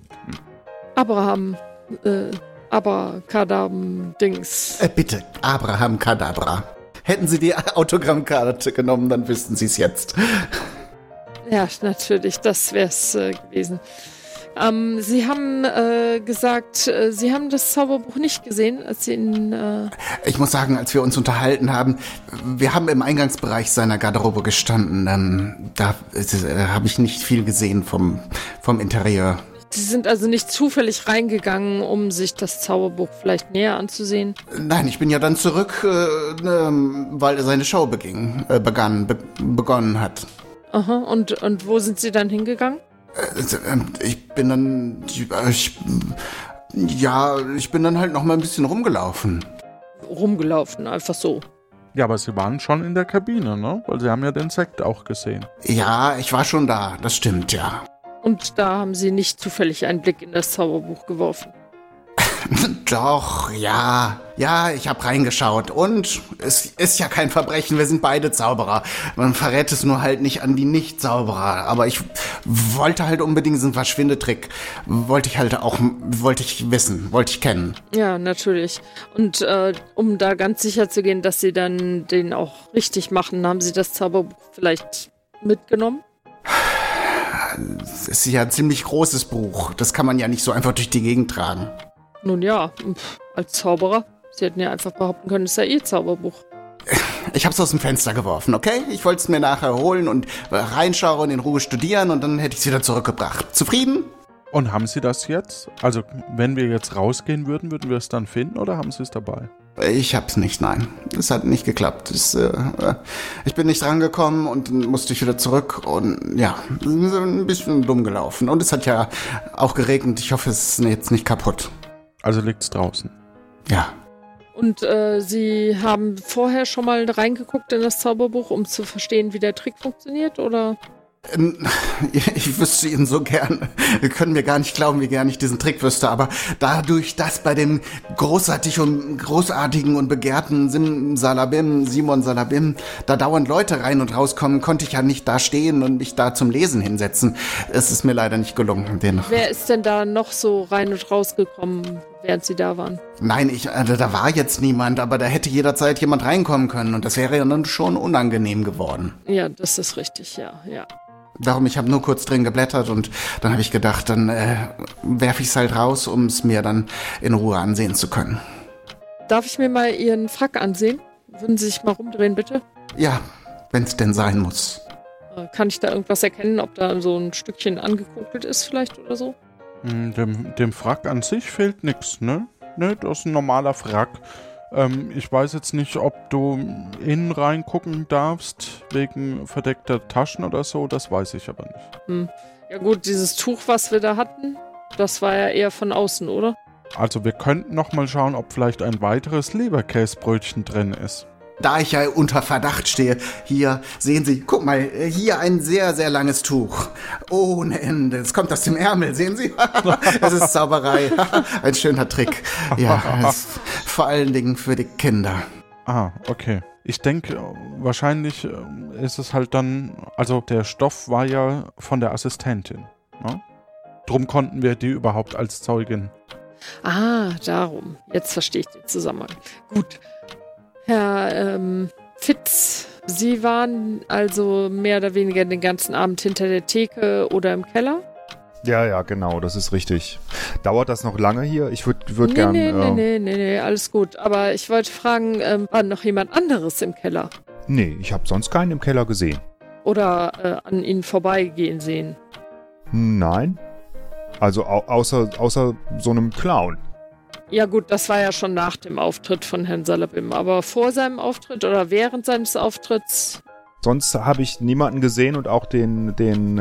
Abracadabra-Dings. Bitte, Abraham Kadabra. Hätten Sie die Autogrammkarte genommen, dann wüssten Sie es jetzt. Ja, natürlich, das wäre es gewesen. Sie haben gesagt, Sie haben das Zauberbuch nicht gesehen, als Sie in... Ich muss sagen, als wir uns unterhalten haben, wir haben im Eingangsbereich seiner Garderobe gestanden. Da habe ich nicht viel gesehen vom Interieur. Sie sind also nicht zufällig reingegangen, um sich das Zauberbuch vielleicht näher anzusehen? Nein, ich bin ja dann zurück, weil er seine Show begonnen hat. Aha, und wo sind Sie dann hingegangen? Ich bin dann halt noch mal ein bisschen rumgelaufen. Rumgelaufen, einfach so. Ja, aber Sie waren schon in der Kabine, ne? Weil Sie haben ja den Sekt auch gesehen. Ja, ich war schon da, das stimmt, ja. Und da haben Sie nicht zufällig einen Blick in das Zauberbuch geworfen? Doch, ja. Ja, ich habe reingeschaut. Und es ist ja kein Verbrechen, wir sind beide Zauberer. Man verrät es nur halt nicht an die Nicht-Zauberer. Aber ich wollte halt unbedingt diesen Verschwindetrick. Wollte ich wissen, wollte ich kennen. Ja, natürlich. Und um da ganz sicher zu gehen, dass Sie dann den auch richtig machen, haben Sie das Zauberbuch vielleicht mitgenommen? Es ist ja ein ziemlich großes Buch. Das kann man ja nicht so einfach durch die Gegend tragen. Nun ja, als Zauberer. Sie hätten ja einfach behaupten können, es sei Ihr Zauberbuch. Ich hab's aus dem Fenster geworfen, okay? Ich wollte es mir nachher holen und reinschauen und in Ruhe studieren und dann hätte ich es wieder zurückgebracht. Zufrieden? Und haben Sie das jetzt? Also, wenn wir jetzt rausgehen würden wir es dann finden oder haben Sie es dabei? Ich hab's nicht, nein. Es hat nicht geklappt. Ich bin nicht rangekommen und dann musste ich wieder zurück und ja, ein bisschen dumm gelaufen. Und es hat ja auch geregnet. Ich hoffe, es ist jetzt nicht kaputt. Also liegt's draußen? Ja. Und Sie haben vorher schon mal reingeguckt in das Zauberbuch, um zu verstehen, wie der Trick funktioniert, oder? Ich wüsste ihn so gern. Wir können mir gar nicht glauben, wie gern ich diesen Trick wüsste. Aber dadurch, dass bei dem großartigen und begehrten Simon Salabim, da dauernd Leute rein und rauskommen, konnte ich ja nicht da stehen und mich da zum Lesen hinsetzen. Es ist mir leider nicht gelungen. Wer ist denn da noch so rein und rausgekommen, während Sie da waren? Nein, da war jetzt niemand, aber da hätte jederzeit jemand reinkommen können und das wäre ja dann schon unangenehm geworden. Ja, das ist richtig, ja. Darum, ich habe nur kurz drin geblättert und dann habe ich gedacht, dann werfe ich es halt raus, um es mir dann in Ruhe ansehen zu können. Darf ich mir mal Ihren Frack ansehen? Würden Sie sich mal rumdrehen, bitte? Ja, wenn es denn sein muss. Kann ich da irgendwas erkennen, ob da so ein Stückchen angekokelt ist vielleicht oder so? Dem Frack an sich fehlt nichts, ne? Ne, das ist ein normaler Frack. Ich weiß jetzt nicht, ob du innen reingucken darfst, wegen verdeckter Taschen oder so, das weiß ich aber nicht. Ja gut, dieses Tuch, was wir da hatten, das war ja eher von außen, oder? Also wir könnten noch mal schauen, ob vielleicht ein weiteres Leberkäsbrötchen drin ist. Da ich ja unter Verdacht stehe, hier, sehen Sie, guck mal, hier ein sehr, sehr langes Tuch. Ohne Ende. Es kommt aus dem Ärmel, sehen Sie? Es ist Zauberei. Ein schöner Trick. Ja, vor allen Dingen für die Kinder. Ah, okay. Ich denke, wahrscheinlich ist es halt dann, also der Stoff war ja von der Assistentin, ne? Drum konnten wir die überhaupt als Zeugin. Ah, darum. Jetzt verstehe ich den Zusammenhang. Gut. Herr Fitz, Sie waren also mehr oder weniger den ganzen Abend hinter der Theke oder im Keller? Ja, genau, das ist richtig. Dauert das noch lange hier? Ich würde gerne... Nee, alles gut. Aber ich wollte fragen, war noch jemand anderes im Keller? Nee, ich habe sonst keinen im Keller gesehen. Oder an Ihnen vorbeigehen sehen? Nein. Also außer so einem Clown. Ja gut, das war ja schon nach dem Auftritt von Herrn Salabim, aber vor seinem Auftritt oder während seines Auftritts? Sonst habe ich niemanden gesehen und auch den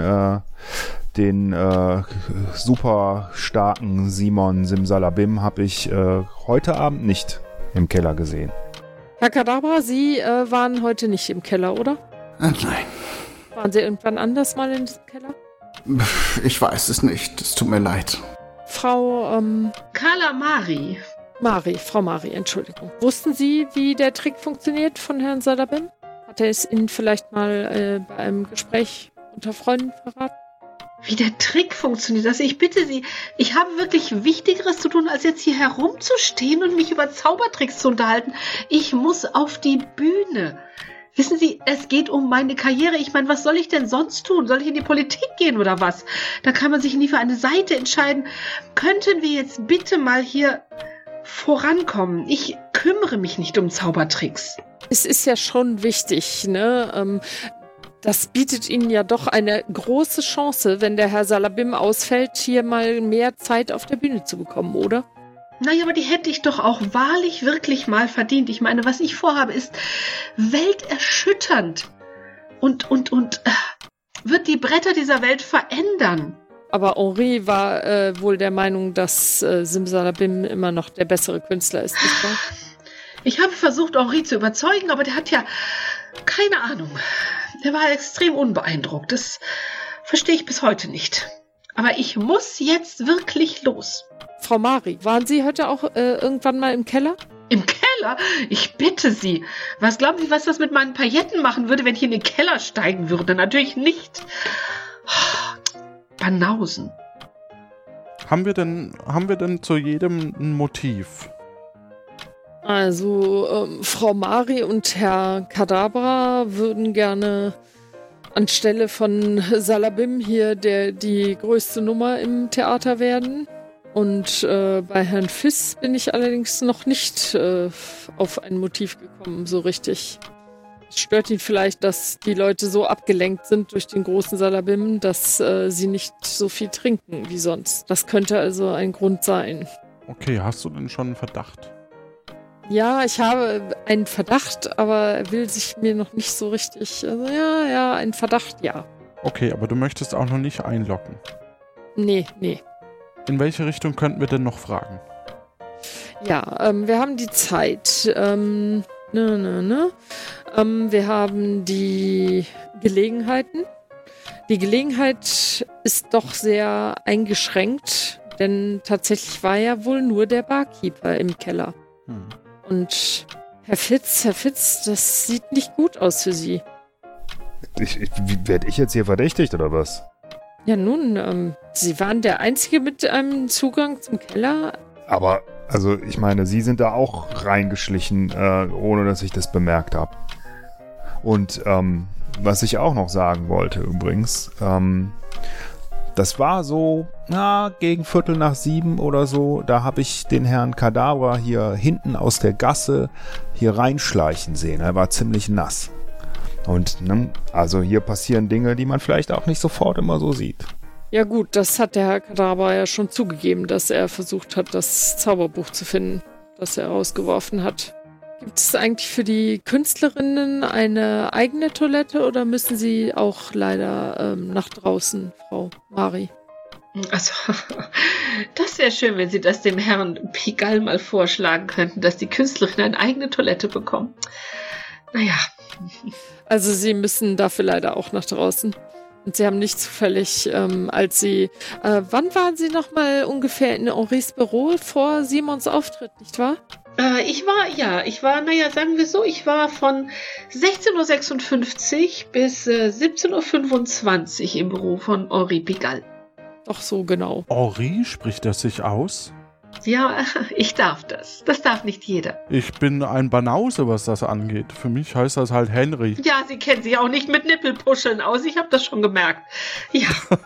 super starken Simon Simsalabim habe ich heute Abend nicht im Keller gesehen. Herr Kadabra, Sie waren heute nicht im Keller, oder? Nein. Waren Sie irgendwann anders mal in diesem Keller? Ich weiß es nicht, es tut mir leid. Frau, Carla Mari. Frau Mari, Entschuldigung. Wussten Sie, wie der Trick funktioniert von Herrn Salabim? Hat er es Ihnen vielleicht mal bei einem Gespräch unter Freunden verraten? Wie der Trick funktioniert. Also ich bitte Sie, ich habe wirklich Wichtigeres zu tun, als jetzt hier herumzustehen und mich über Zaubertricks zu unterhalten. Ich muss auf die Bühne. Wissen Sie, es geht um meine Karriere. Ich meine, was soll ich denn sonst tun? Soll ich in die Politik gehen oder was? Da kann man sich nie für eine Seite entscheiden. Könnten wir jetzt bitte mal hier vorankommen? Ich kümmere mich nicht um Zaubertricks. Es ist ja schon wichtig, ne? Das bietet Ihnen ja doch eine große Chance, wenn der Herr Salabim ausfällt, hier mal mehr Zeit auf der Bühne zu bekommen, oder? Naja, aber die hätte ich doch auch wahrlich wirklich mal verdient. Ich meine, was ich vorhabe, ist welterschütternd. Und wird die Bretter dieser Welt verändern. Aber Henri war wohl der Meinung, dass Simsalabim immer noch der bessere Künstler ist, nicht wahr? Ich habe versucht, Henri zu überzeugen, aber der hat ja keine Ahnung. Der war extrem unbeeindruckt. Das verstehe ich bis heute nicht. Aber ich muss jetzt wirklich los. Frau Mari, waren Sie heute auch irgendwann mal im Keller? Im Keller? Ich bitte Sie. Was glauben Sie, was das mit meinen Pailletten machen würde, wenn ich in den Keller steigen würde? Natürlich nicht. Banausen. Haben wir denn zu jedem ein Motiv? Also, Frau Mari und Herr Kadabra würden gerne anstelle von Salabim hier die größte Nummer im Theater werden. Und bei Herrn Fiss bin ich allerdings noch nicht auf ein Motiv gekommen, so richtig. Es stört ihn vielleicht, dass die Leute so abgelenkt sind durch den großen Salabim, dass sie nicht so viel trinken wie sonst. Das könnte also ein Grund sein. Okay, hast du denn schon einen Verdacht? Ja, ich habe einen Verdacht, aber er will sich mir noch nicht so richtig... Also ja, ein Verdacht, ja. Okay, aber du möchtest auch noch nicht einloggen. Nee. In welche Richtung könnten wir denn noch fragen? Ja, wir haben die Zeit. Wir haben die Gelegenheiten. Die Gelegenheit ist doch sehr eingeschränkt, denn tatsächlich war ja wohl nur der Barkeeper im Keller. Und Herr Fitz, das sieht nicht gut aus für Sie. Werde ich jetzt hier verdächtigt, oder was? Ja nun, Sie waren der Einzige mit einem Zugang zum Keller. Aber, also ich meine, Sie sind da auch reingeschlichen, ohne dass ich das bemerkt habe. Und was ich auch noch sagen wollte übrigens, das war so, gegen 6:15 oder so, da habe ich den Herrn Kadabra hier hinten aus der Gasse hier reinschleichen sehen. Er war ziemlich nass. Und, also hier passieren Dinge, die man vielleicht auch nicht sofort immer so sieht. Ja gut, das hat der Herr Kadabra ja schon zugegeben, dass er versucht hat, das Zauberbuch zu finden, das er rausgeworfen hat. Gibt es eigentlich für die Künstlerinnen eine eigene Toilette oder müssen sie auch leider nach draußen, Frau Mari? Also, das wäre schön, wenn Sie das dem Herrn Pigalle mal vorschlagen könnten, dass die Künstlerinnen eine eigene Toilette bekommen. Naja. Also Sie müssen dafür leider auch nach draußen. Und Sie haben nicht zufällig, als Sie... wann waren Sie nochmal ungefähr in Henris Büro vor Simons Auftritt, nicht wahr? Ich war von 16:56 Uhr bis 17:25 Uhr im Büro von Henri Pigalle. Doch so genau. Henri, spricht er sich aus? Ja, ich darf das. Das darf nicht jeder. Ich bin ein Banause, was das angeht. Für mich heißt das halt Henry. Ja, Sie kennen sich auch nicht mit Nippelpuscheln aus. Ich habe das schon gemerkt. Ja.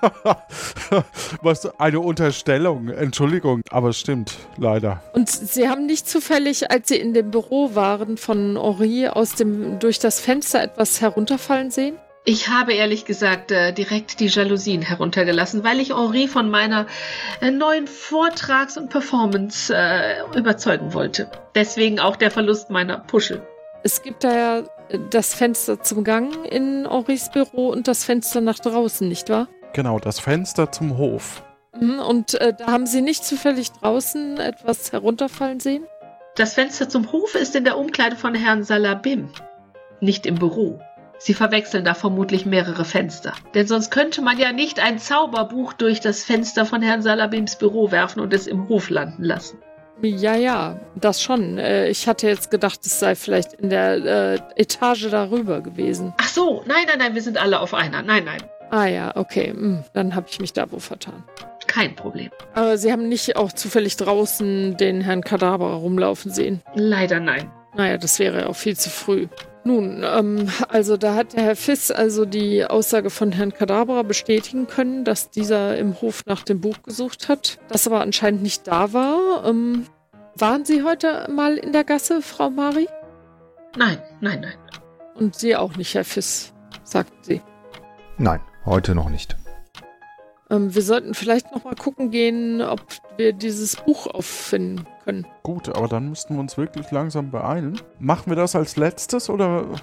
Was eine Unterstellung. Entschuldigung, aber es stimmt, leider. Und Sie haben nicht zufällig, als Sie in dem Büro waren von Henri, durch das Fenster etwas herunterfallen sehen? Ich habe ehrlich gesagt direkt die Jalousien heruntergelassen, weil ich Henri von meiner neuen Vortrags- und Performance überzeugen wollte. Deswegen auch der Verlust meiner Puschel. Es gibt da ja das Fenster zum Gang in Henris Büro und das Fenster nach draußen, nicht wahr? Genau, das Fenster zum Hof. Und da haben Sie nicht zufällig draußen etwas herunterfallen sehen? Das Fenster zum Hof ist in der Umkleide von Herrn Salabim, nicht im Büro. Sie verwechseln da vermutlich mehrere Fenster. Denn sonst könnte man ja nicht ein Zauberbuch durch das Fenster von Herrn Salabims Büro werfen und es im Hof landen lassen. Ja, das schon. Ich hatte jetzt gedacht, es sei vielleicht in der Etage darüber gewesen. Ach so, nein, wir sind alle auf einer. Nein. Ah ja, okay. Dann habe ich mich da wohl vertan. Kein Problem. Aber Sie haben nicht auch zufällig draußen den Herrn Kadabra rumlaufen sehen? Leider nein. Naja, das wäre auch viel zu früh. Nun, also da hat der Herr Fiss also die Aussage von Herrn Kadabra bestätigen können, dass dieser im Hof nach dem Buch gesucht hat, das aber anscheinend nicht da war. Waren Sie heute mal in der Gasse, Frau Mari? Nein. Und Sie auch nicht, Herr Fiss, sagten Sie. Nein, heute noch nicht. Wir sollten vielleicht noch mal gucken gehen, ob wir dieses Buch auffinden können. Gut, aber dann müssten wir uns wirklich langsam beeilen. Machen wir das als letztes oder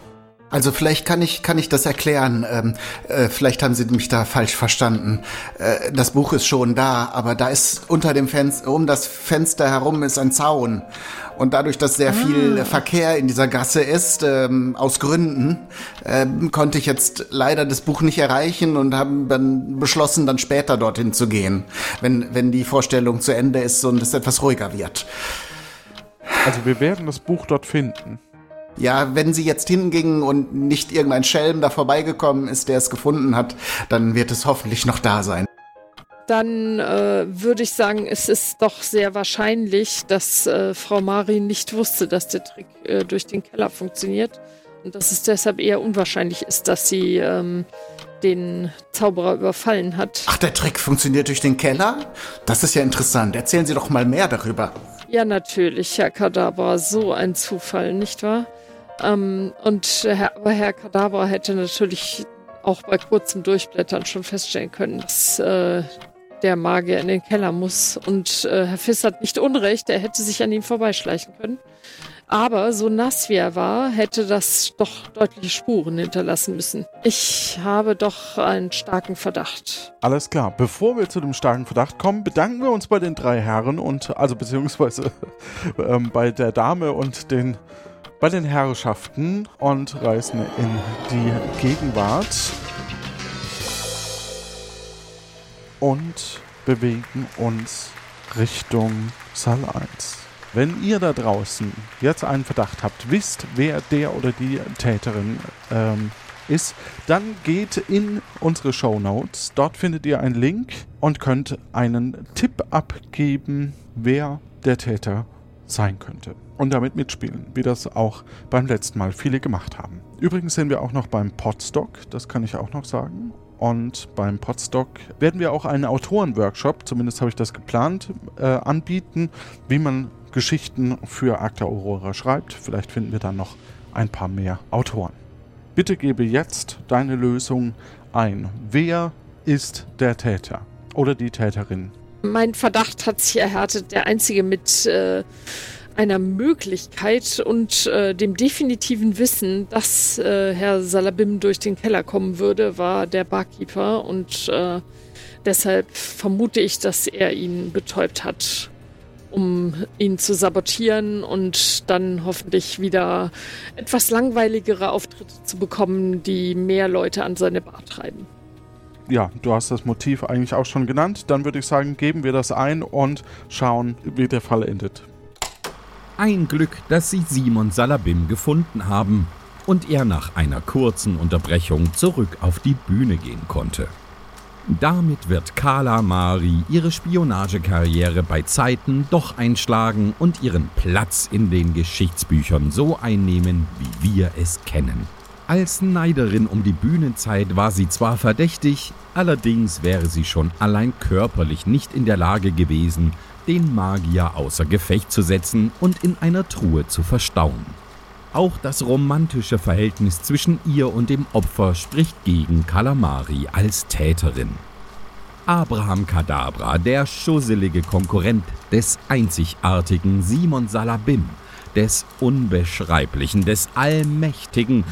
Also vielleicht kann ich das erklären. Vielleicht haben Sie mich da falsch verstanden. Das Buch ist schon da, aber da ist unter dem um das Fenster herum ist ein Zaun. Und dadurch, dass sehr viel Verkehr in dieser Gasse ist, aus Gründen, konnte ich jetzt leider das Buch nicht erreichen und habe dann beschlossen, dann später dorthin zu gehen, wenn die Vorstellung zu Ende ist und es etwas ruhiger wird. Also wir werden das Buch dort finden. Ja, wenn Sie jetzt hingingen und nicht irgendein Schelm da vorbeigekommen ist, der es gefunden hat, dann wird es hoffentlich noch da sein. Dann würde ich sagen, es ist doch sehr wahrscheinlich, dass Frau Mari nicht wusste, dass der Trick durch den Keller funktioniert und dass es deshalb eher unwahrscheinlich ist, dass sie den Zauberer überfallen hat. Ach, der Trick funktioniert durch den Keller? Das ist ja interessant. Erzählen Sie doch mal mehr darüber. Ja, natürlich, Herr Kadabra, so ein Zufall, nicht wahr? Aber Herr Kadabra hätte natürlich auch bei kurzem Durchblättern schon feststellen können, dass der Magier in den Keller muss. Und Herr Fiss hat nicht Unrecht, er hätte sich an ihm vorbeischleichen können. Aber so nass wie er war, hätte das doch deutliche Spuren hinterlassen müssen. Ich habe doch einen starken Verdacht. Alles klar. Bevor wir zu dem starken Verdacht kommen, bedanken wir uns bei den 3 Herren beziehungsweise bei der Dame und bei den Herrschaften und reisen in die Gegenwart und bewegen uns Richtung Saal 1. Wenn ihr da draußen jetzt einen Verdacht habt, wisst, wer der oder die Täterin ist, dann geht in unsere Shownotes. Dort findet ihr einen Link und könnt einen Tipp abgeben, wer der Täter sein könnte. Und damit mitspielen, wie das auch beim letzten Mal viele gemacht haben. Übrigens sind wir auch noch beim Podstock, das kann ich auch noch sagen. Und beim Podstock werden wir auch einen Autorenworkshop, zumindest habe ich das geplant, anbieten, wie man Geschichten für Acta Aurora schreibt. Vielleicht finden wir dann noch ein paar mehr Autoren. Bitte gebe jetzt deine Lösung ein. Wer ist der Täter oder die Täterin? Mein Verdacht hat sich erhärtet. Der einzige mit einer Möglichkeit und dem definitiven Wissen, dass Herr Salabim durch den Keller kommen würde, war der Barkeeper. Und deshalb vermute ich, dass er ihn betäubt hat, um ihn zu sabotieren und dann hoffentlich wieder etwas langweiligere Auftritte zu bekommen, die mehr Leute an seine Bar treiben. Ja, du hast das Motiv eigentlich auch schon genannt. Dann würde ich sagen, geben wir das ein und schauen, wie der Fall endet. Ein Glück, dass sie Simon Salabim gefunden haben und er nach einer kurzen Unterbrechung zurück auf die Bühne gehen konnte. Damit wird Kala Mari ihre Spionagekarriere bei Zeiten doch einschlagen und ihren Platz in den Geschichtsbüchern so einnehmen, wie wir es kennen. Als Neiderin um die Bühnenzeit war sie zwar verdächtig, allerdings wäre sie schon allein körperlich nicht in der Lage gewesen, den Magier außer Gefecht zu setzen und in einer Truhe zu verstauen. Auch das romantische Verhältnis zwischen ihr und dem Opfer spricht gegen Kala Mari als Täterin. Abraham Kadabra, der schusselige Konkurrent des einzigartigen Simon Salabim, des Unbeschreiblichen, des Allmächtigen,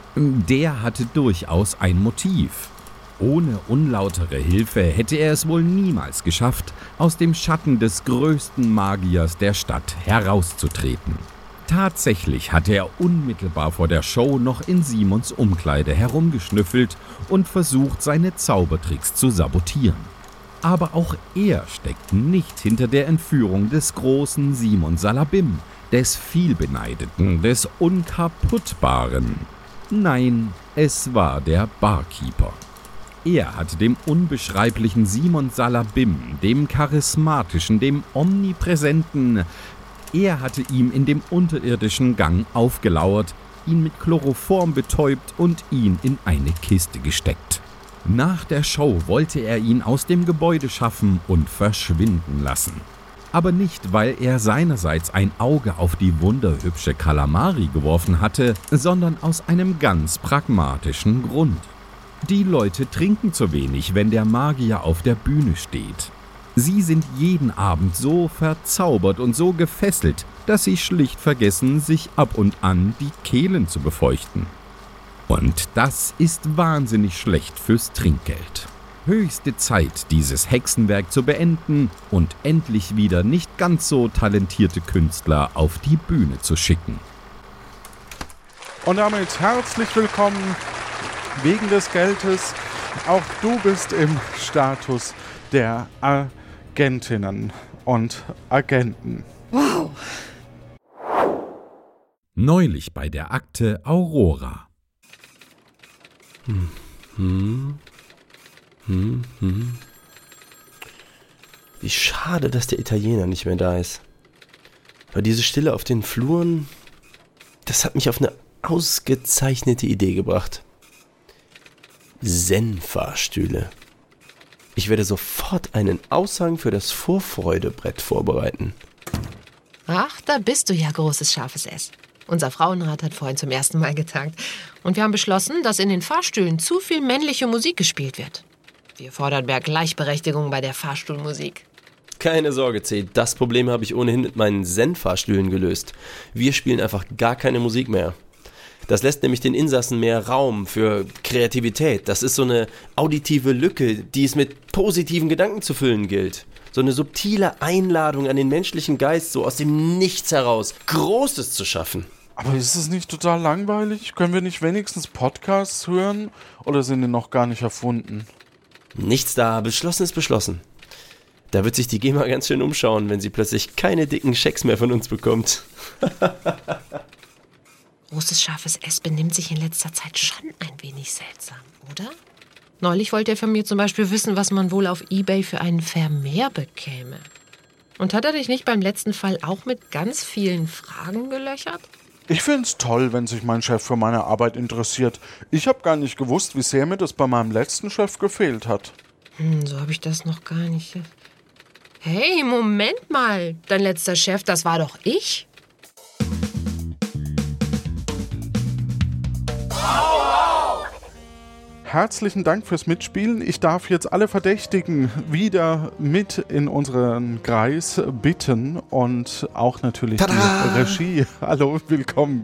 der hatte durchaus ein Motiv. Ohne unlautere Hilfe hätte er es wohl niemals geschafft, aus dem Schatten des größten Magiers der Stadt herauszutreten. Tatsächlich hatte er unmittelbar vor der Show noch in Simons Umkleide herumgeschnüffelt und versucht, seine Zaubertricks zu sabotieren. Aber auch er steckt nicht hinter der Entführung des großen Simon Salabim, des Vielbeneideten, des Unkaputtbaren. Nein, es war der Barkeeper. Er hatte dem unbeschreiblichen Simon Salabim, dem charismatischen, dem omnipräsenten, er hatte ihm in dem unterirdischen Gang aufgelauert, ihn mit Chloroform betäubt und ihn in eine Kiste gesteckt. Nach der Show wollte er ihn aus dem Gebäude schaffen und verschwinden lassen. Aber nicht, weil er seinerseits ein Auge auf die wunderhübsche Kala Mari geworfen hatte, sondern aus einem ganz pragmatischen Grund. Die Leute trinken zu wenig, wenn der Magier auf der Bühne steht. Sie sind jeden Abend so verzaubert und so gefesselt, dass sie schlicht vergessen, sich ab und an die Kehlen zu befeuchten. Und das ist wahnsinnig schlecht fürs Trinkgeld. Höchste Zeit, dieses Hexenwerk zu beenden und endlich wieder nicht ganz so talentierte Künstler auf die Bühne zu schicken. Und damit herzlich willkommen wegen des Geldes. Auch du bist im Status der Agentinnen und Agenten. Wow. Neulich bei der Akte Aurora. Wie schade, dass der Italiener nicht mehr da ist. Aber diese Stille auf den Fluren, das hat mich auf eine ausgezeichnete Idee gebracht. Zen-Fahrstühle. Ich werde sofort einen Aushang für das Vorfreudebrett vorbereiten. Ach, da bist du ja, großes scharfes S. Unser Frauenrat hat vorhin zum ersten Mal getagt. Und wir haben beschlossen, dass in den Fahrstühlen zu viel männliche Musik gespielt wird. Wir fordern mehr Gleichberechtigung bei der Fahrstuhlmusik. Keine Sorge, C. Das Problem habe ich ohnehin mit meinen Zen-Fahrstühlen gelöst. Wir spielen einfach gar keine Musik mehr. Das lässt nämlich den Insassen mehr Raum für Kreativität. Das ist so eine auditive Lücke, die es mit positiven Gedanken zu füllen gilt. So eine subtile Einladung an den menschlichen Geist, so aus dem Nichts heraus Großes zu schaffen. Aber ist es nicht total langweilig? Können wir nicht wenigstens Podcasts hören? Oder sind die noch gar nicht erfunden? Nichts da, beschlossen ist beschlossen. Da wird sich die GEMA ganz schön umschauen, wenn sie plötzlich keine dicken Schecks mehr von uns bekommt. Großes scharfes S benimmt sich in letzter Zeit schon ein wenig seltsam, oder? Neulich wollte er von mir zum Beispiel wissen, was man wohl auf eBay für einen Vermehr bekäme. Und hat er dich nicht beim letzten Fall auch mit ganz vielen Fragen gelöchert? Ich find's toll, wenn sich mein Chef für meine Arbeit interessiert. Ich habe gar nicht gewusst, wie sehr mir das bei meinem letzten Chef gefehlt hat. So habe ich das noch gar nicht. Hey, Moment mal. Dein letzter Chef, das war doch ich? Herzlichen Dank fürs Mitspielen. Ich darf jetzt alle Verdächtigen wieder mit in unseren Kreis bitten und auch natürlich die Regie. Hallo, willkommen.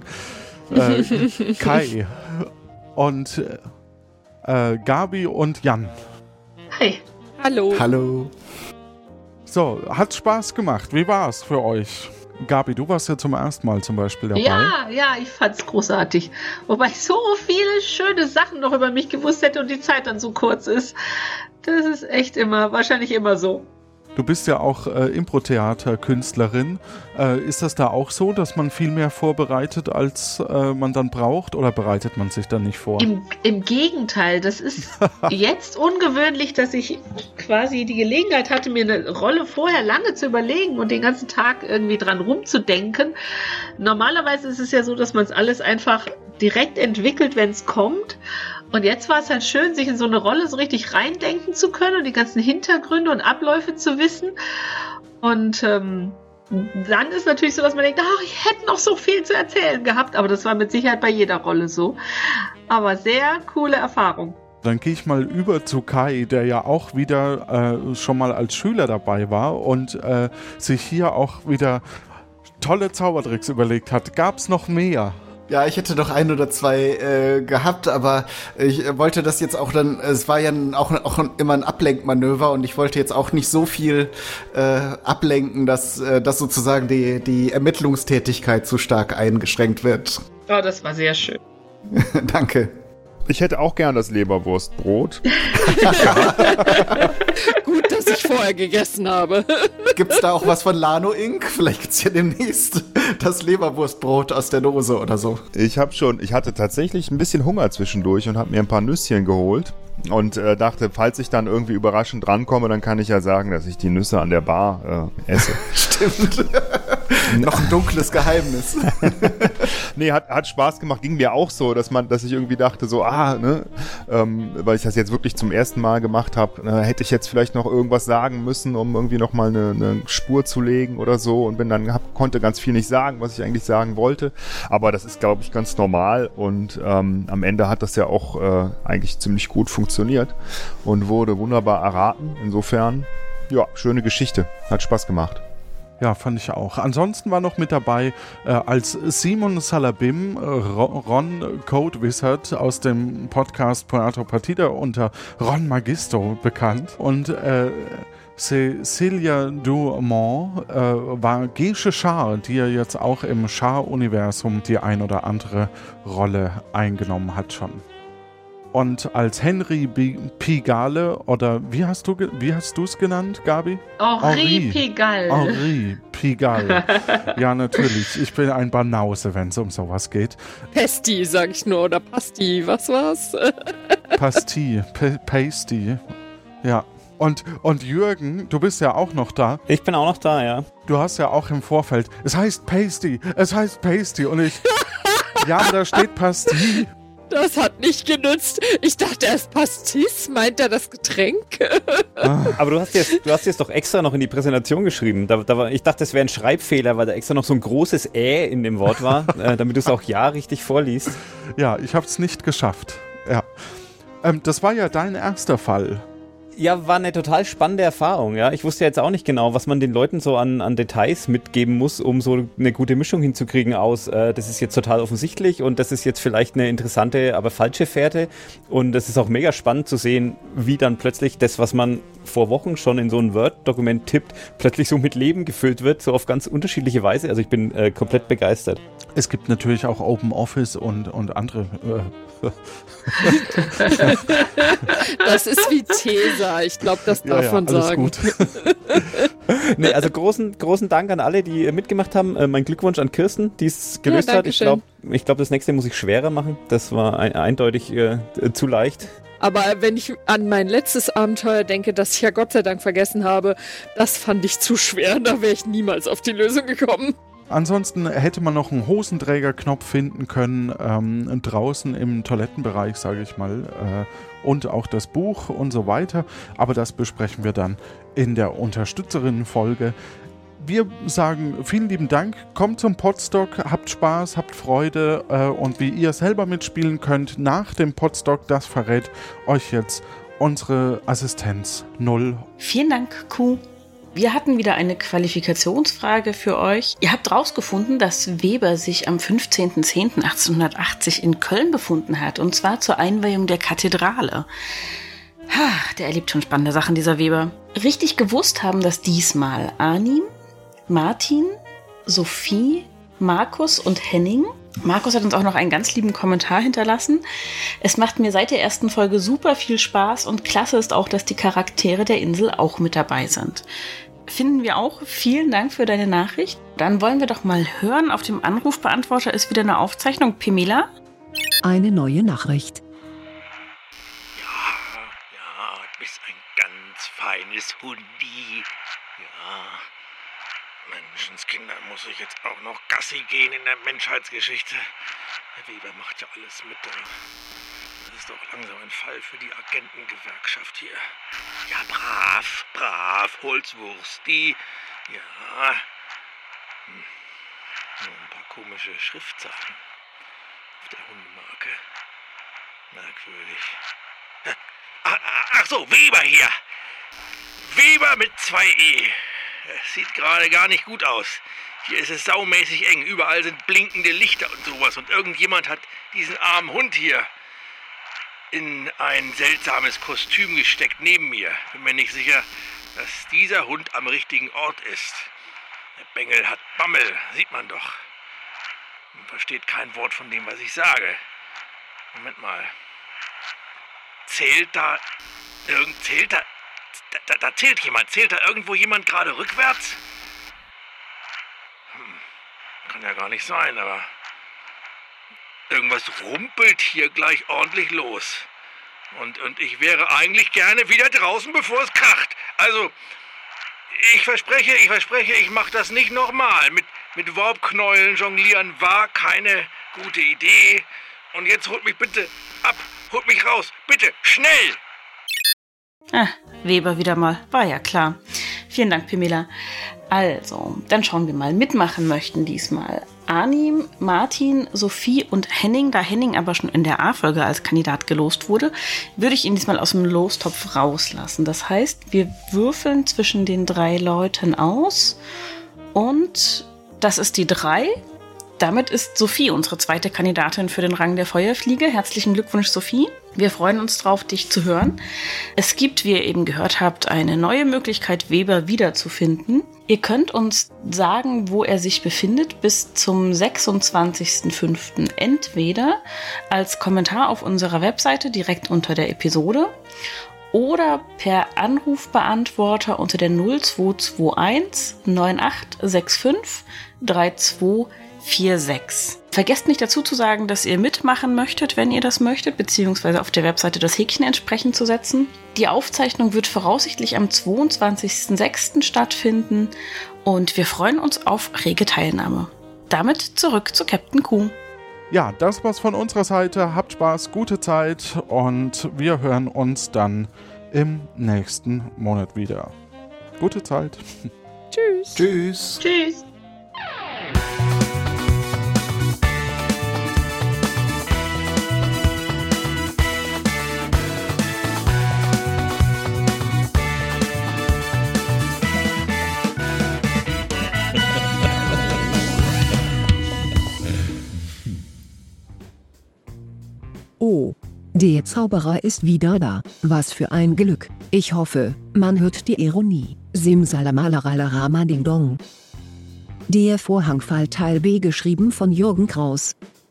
Kai und Gabi und Jan. Hi. Hallo. Hallo. So, hat Spaß gemacht. Wie war's für euch? Gabi, du warst ja zum ersten Mal zum Beispiel dabei. Ja, ich fand's großartig. Wobei ich so viele schöne Sachen noch über mich gewusst hätte und die Zeit dann so kurz ist. Das ist echt wahrscheinlich immer so. Du bist ja auch Impro-Theater-Künstlerin. Ist das da auch so, dass man viel mehr vorbereitet, als man dann braucht? Oder bereitet man sich dann nicht vor? Im Gegenteil, das ist jetzt ungewöhnlich, dass ich quasi die Gelegenheit hatte, mir eine Rolle vorher lange zu überlegen und den ganzen Tag irgendwie dran rumzudenken. Normalerweise ist es ja so, dass man es alles einfach direkt entwickelt, wenn es kommt. Und jetzt war es halt schön, sich in so eine Rolle so richtig reindenken zu können und die ganzen Hintergründe und Abläufe zu wissen. Und dann ist natürlich so, dass man denkt, ich hätte noch so viel zu erzählen gehabt. Aber das war mit Sicherheit bei jeder Rolle so. Aber sehr coole Erfahrung. Dann gehe ich mal über zu Kai, der ja auch wieder schon mal als Schüler dabei war und sich hier auch wieder tolle Zaubertricks überlegt hat. Gab es noch mehr? Ja, ich hätte noch 1 oder 2 gehabt, aber ich wollte das jetzt auch dann, es war ja auch immer ein Ablenkmanöver und ich wollte jetzt auch nicht so viel ablenken, dass sozusagen die Ermittlungstätigkeit zu stark eingeschränkt wird. Oh, das war sehr schön. Danke. Ich hätte auch gern das Leberwurstbrot. Gut, dass ich vorher gegessen habe. Gibt's da auch was von Lano Inc? Vielleicht gibt's ja demnächst das Leberwurstbrot aus der Dose oder so. Ich hatte tatsächlich ein bisschen Hunger zwischendurch und habe mir ein paar Nüsschen geholt und dachte, falls ich dann irgendwie überraschend drankomme, dann kann ich ja sagen, dass ich die Nüsse an der Bar esse. Stimmt. Noch ein dunkles Geheimnis. Nee, hat Spaß gemacht. Ging mir auch so, dass ich irgendwie dachte so, weil ich das jetzt wirklich zum ersten Mal gemacht habe, hätte ich jetzt vielleicht noch irgendwas sagen müssen, um irgendwie nochmal eine Spur zu legen oder so und konnte ganz viel nicht sagen, was ich eigentlich sagen wollte. Aber das ist, glaube ich, ganz normal und am Ende hat das ja auch eigentlich ziemlich gut funktioniert und wurde wunderbar erraten. Insofern, ja, schöne Geschichte. Hat Spaß gemacht. Ja, fand ich auch. Ansonsten war noch mit dabei als Simon Salabim, Ron Code Wizard aus dem Podcast Puerto Partida unter Ron Magisto bekannt. Und Cecilia Dumont war Gesche Schaar, die ja jetzt auch im Schaar-Universum die ein oder andere Rolle eingenommen hat schon. Und als Henry Pigalle, oder wie hast du es genannt, Gabi? Henri Pigalle. Henri Pigalle. Ja, natürlich. Ich bin ein Banause, wenn es um sowas geht. Pesti, sag ich nur, oder Pasti, was war's? Pasty. Ja. Und Jürgen, du bist ja auch noch da. Ich bin auch noch da, ja. Du hast ja auch im Vorfeld, es heißt Pasty. Und ich, ja, aber da steht Pasty. Das hat nicht genützt. Ich dachte erst Pastis, meint er das Getränk? Aber du hast jetzt doch extra noch in die Präsentation geschrieben. Ich dachte, das wäre ein Schreibfehler, weil da extra noch so ein großes in dem Wort war, damit du es auch richtig vorliest. Ja, ich habe es nicht geschafft. Ja. Das war ja dein erster Fall. Ja, war eine total spannende Erfahrung, ja. Ich wusste jetzt auch nicht genau, was man den Leuten so an Details mitgeben muss, um so eine gute Mischung hinzukriegen aus, das ist jetzt total offensichtlich und das ist jetzt vielleicht eine interessante, aber falsche Fährte. Und es ist auch mega spannend zu sehen, wie dann plötzlich das, was man vor Wochen schon in so ein Word-Dokument tippt, plötzlich so mit Leben gefüllt wird, so auf ganz unterschiedliche Weise. Also ich bin komplett begeistert. Es gibt natürlich auch Open Office und andere. Das ist wie Tesa. Ich glaube, das darf man sagen. Gut. Nee, also großen Dank an alle, die mitgemacht haben. Mein Glückwunsch an Kirsten, die es gelöst hat. Ich glaube, das nächste muss ich schwerer machen. Das war eindeutig zu leicht. Aber wenn ich an mein letztes Abenteuer denke, das ich ja Gott sei Dank vergessen habe, das fand ich zu schwer. Da wäre ich niemals auf die Lösung gekommen. Ansonsten hätte man noch einen Hosenträgerknopf finden können, draußen im Toilettenbereich, sage ich mal, und auch das Buch und so weiter. Aber das besprechen wir dann in der Unterstützerinnenfolge. Wir sagen vielen lieben Dank, kommt zum Podstock, habt Spaß, habt Freude und wie ihr selber mitspielen könnt nach dem Podstock, das verrät euch jetzt unsere Assistenz 0. Vielen Dank, Q. Wir hatten wieder eine Qualifikationsfrage für euch. Ihr habt rausgefunden, dass Weber sich am 15.10.1880 in Köln befunden hat, und zwar zur Einweihung der Kathedrale. Der erlebt schon spannende Sachen, dieser Weber. Richtig gewusst haben das diesmal Arnim, Martin, Sophie, Markus und Henning. Markus hat uns auch noch einen ganz lieben Kommentar hinterlassen. Es macht mir seit der ersten Folge super viel Spaß und klasse ist auch, dass die Charaktere der Insel auch mit dabei sind. Finden wir auch. Vielen Dank für deine Nachricht. Dann wollen wir doch mal hören. Auf dem Anrufbeantworter ist wieder eine Aufzeichnung. Pamela? Eine neue Nachricht. Ja, du bist ein ganz feines Hundi. Ja. Menschenskinder, muss ich jetzt auch noch Gassi gehen in der Menschheitsgeschichte? Der Weber macht ja alles mit. Das ist doch langsam ein Fall für die Agentengewerkschaft hier. Ja, brav, Holzwursti. Ja. Nur ein paar komische Schriftzeichen auf der Hundemarke. Merkwürdig. Ach so, Weber hier. Weber mit 2 E. Sieht gerade gar nicht gut aus. Hier ist es saumäßig eng. Überall sind blinkende Lichter und sowas. Und irgendjemand hat diesen armen Hund hier in ein seltsames Kostüm gesteckt neben mir. Bin mir nicht sicher, dass dieser Hund am richtigen Ort ist. Der Bengel hat Bammel, sieht man doch. Man versteht kein Wort von dem, was ich sage. Moment mal. Zählt da zählt jemand. Zählt da irgendwo jemand gerade rückwärts? Kann ja gar nicht sein, aber irgendwas rumpelt hier gleich ordentlich los. Und ich wäre eigentlich gerne wieder draußen, bevor es kracht. Also, ich verspreche, ich mache das nicht nochmal. Mit Warpknäueln jonglieren war keine gute Idee. Und jetzt holt mich bitte ab, holt mich raus, bitte, schnell! Weber wieder mal. War ja klar. Vielen Dank, Pamela. Also, dann schauen wir mal. Mitmachen möchten diesmal Arnim, Martin, Sophie und Henning. Da Henning aber schon in der A-Folge als Kandidat gelost wurde, würde ich ihn diesmal aus dem Lostopf rauslassen. Das heißt, wir würfeln zwischen den 3 Leuten aus Und das ist die 3. Damit ist Sophie unsere zweite Kandidatin für den Rang der Feuerfliege. Herzlichen Glückwunsch, Sophie. Wir freuen uns drauf, dich zu hören. Es gibt, wie ihr eben gehört habt, eine neue Möglichkeit, Weber wiederzufinden. Ihr könnt uns sagen, wo er sich befindet, bis zum 26.05. entweder als Kommentar auf unserer Webseite direkt unter der Episode oder per Anrufbeantworter unter der 0221 9865 3246. Vergesst nicht dazu zu sagen, dass ihr mitmachen möchtet, wenn ihr das möchtet, beziehungsweise auf der Webseite das Häkchen entsprechend zu setzen. Die Aufzeichnung wird voraussichtlich am 22.06. stattfinden und wir freuen uns auf rege Teilnahme. Damit zurück zu Captain Q. Ja, das war's von unserer Seite. Habt Spaß, gute Zeit und wir hören uns dann im nächsten Monat wieder. Gute Zeit. Tschüss. Tschüss. Tschüss. Oh, der Zauberer ist wieder da. Was für ein Glück. Ich hoffe, man hört die Ironie. Simsalamalarama Ding Dong. Der Vorhangfall Teil B, geschrieben von Jürgen Kraus.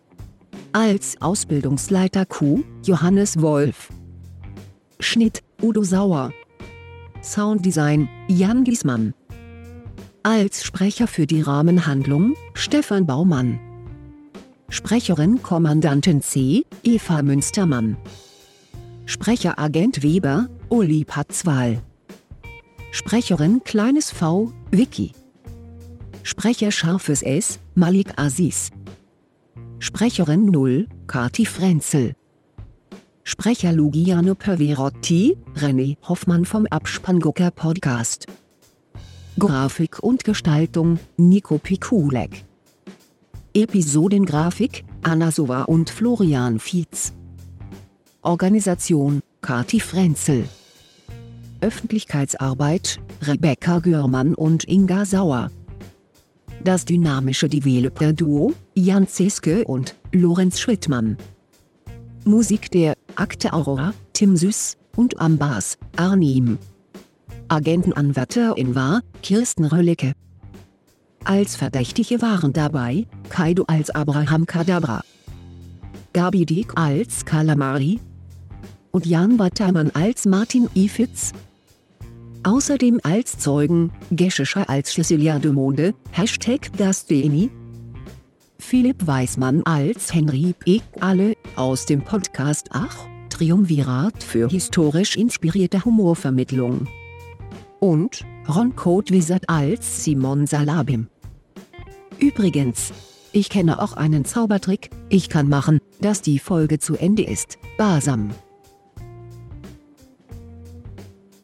Als Ausbildungsleiter Q, Johannes Wolf. Schnitt, Udo Sauer. Sounddesign, Jan Giesmann. Als Sprecher für die Rahmenhandlung, Stefan Baumann. Sprecherin Kommandantin C, Eva Münstermann. Sprecher Agent Weber, Uli Patzwal. Sprecherin Kleines V, Vicky. Sprecher Scharfes S, Malik Aziz. Sprecherin 0, Kati Frenzel. Sprecher Luciano Pavarotti, René Hoffmann vom Abspangucker Podcast. Grafik und Gestaltung, Nico Pikulek. Episodengrafik, Anna Sova und Florian Fietz. Organisation, Kati Frenzel. Öffentlichkeitsarbeit, Rebecca Görmann und Inga Sauer. Das dynamische Developer-Duo, Jan Zeske und Lorenz Schwittmann. Musik der Akte Aurora, Tim Süß und am Bass, Arnim. Agentenanwärterin war Kirsten Röllecke. Als Verdächtige waren dabei Kaido als Abraham Kadabra, Gabi Dick als Kalamari und Jan Battermann als Martin Ifitz. Außerdem als Zeugen Gesche als Cecilia de Monde, #Gasteni, Philipp Weismann als Henry P. Alle aus dem Podcast Ach, Triumvirat für historisch inspirierte Humorvermittlung. Und Ron Codewizard als Simon Salabim. Übrigens, ich kenne auch einen Zaubertrick, ich kann machen, dass die Folge zu Ende ist. Basam.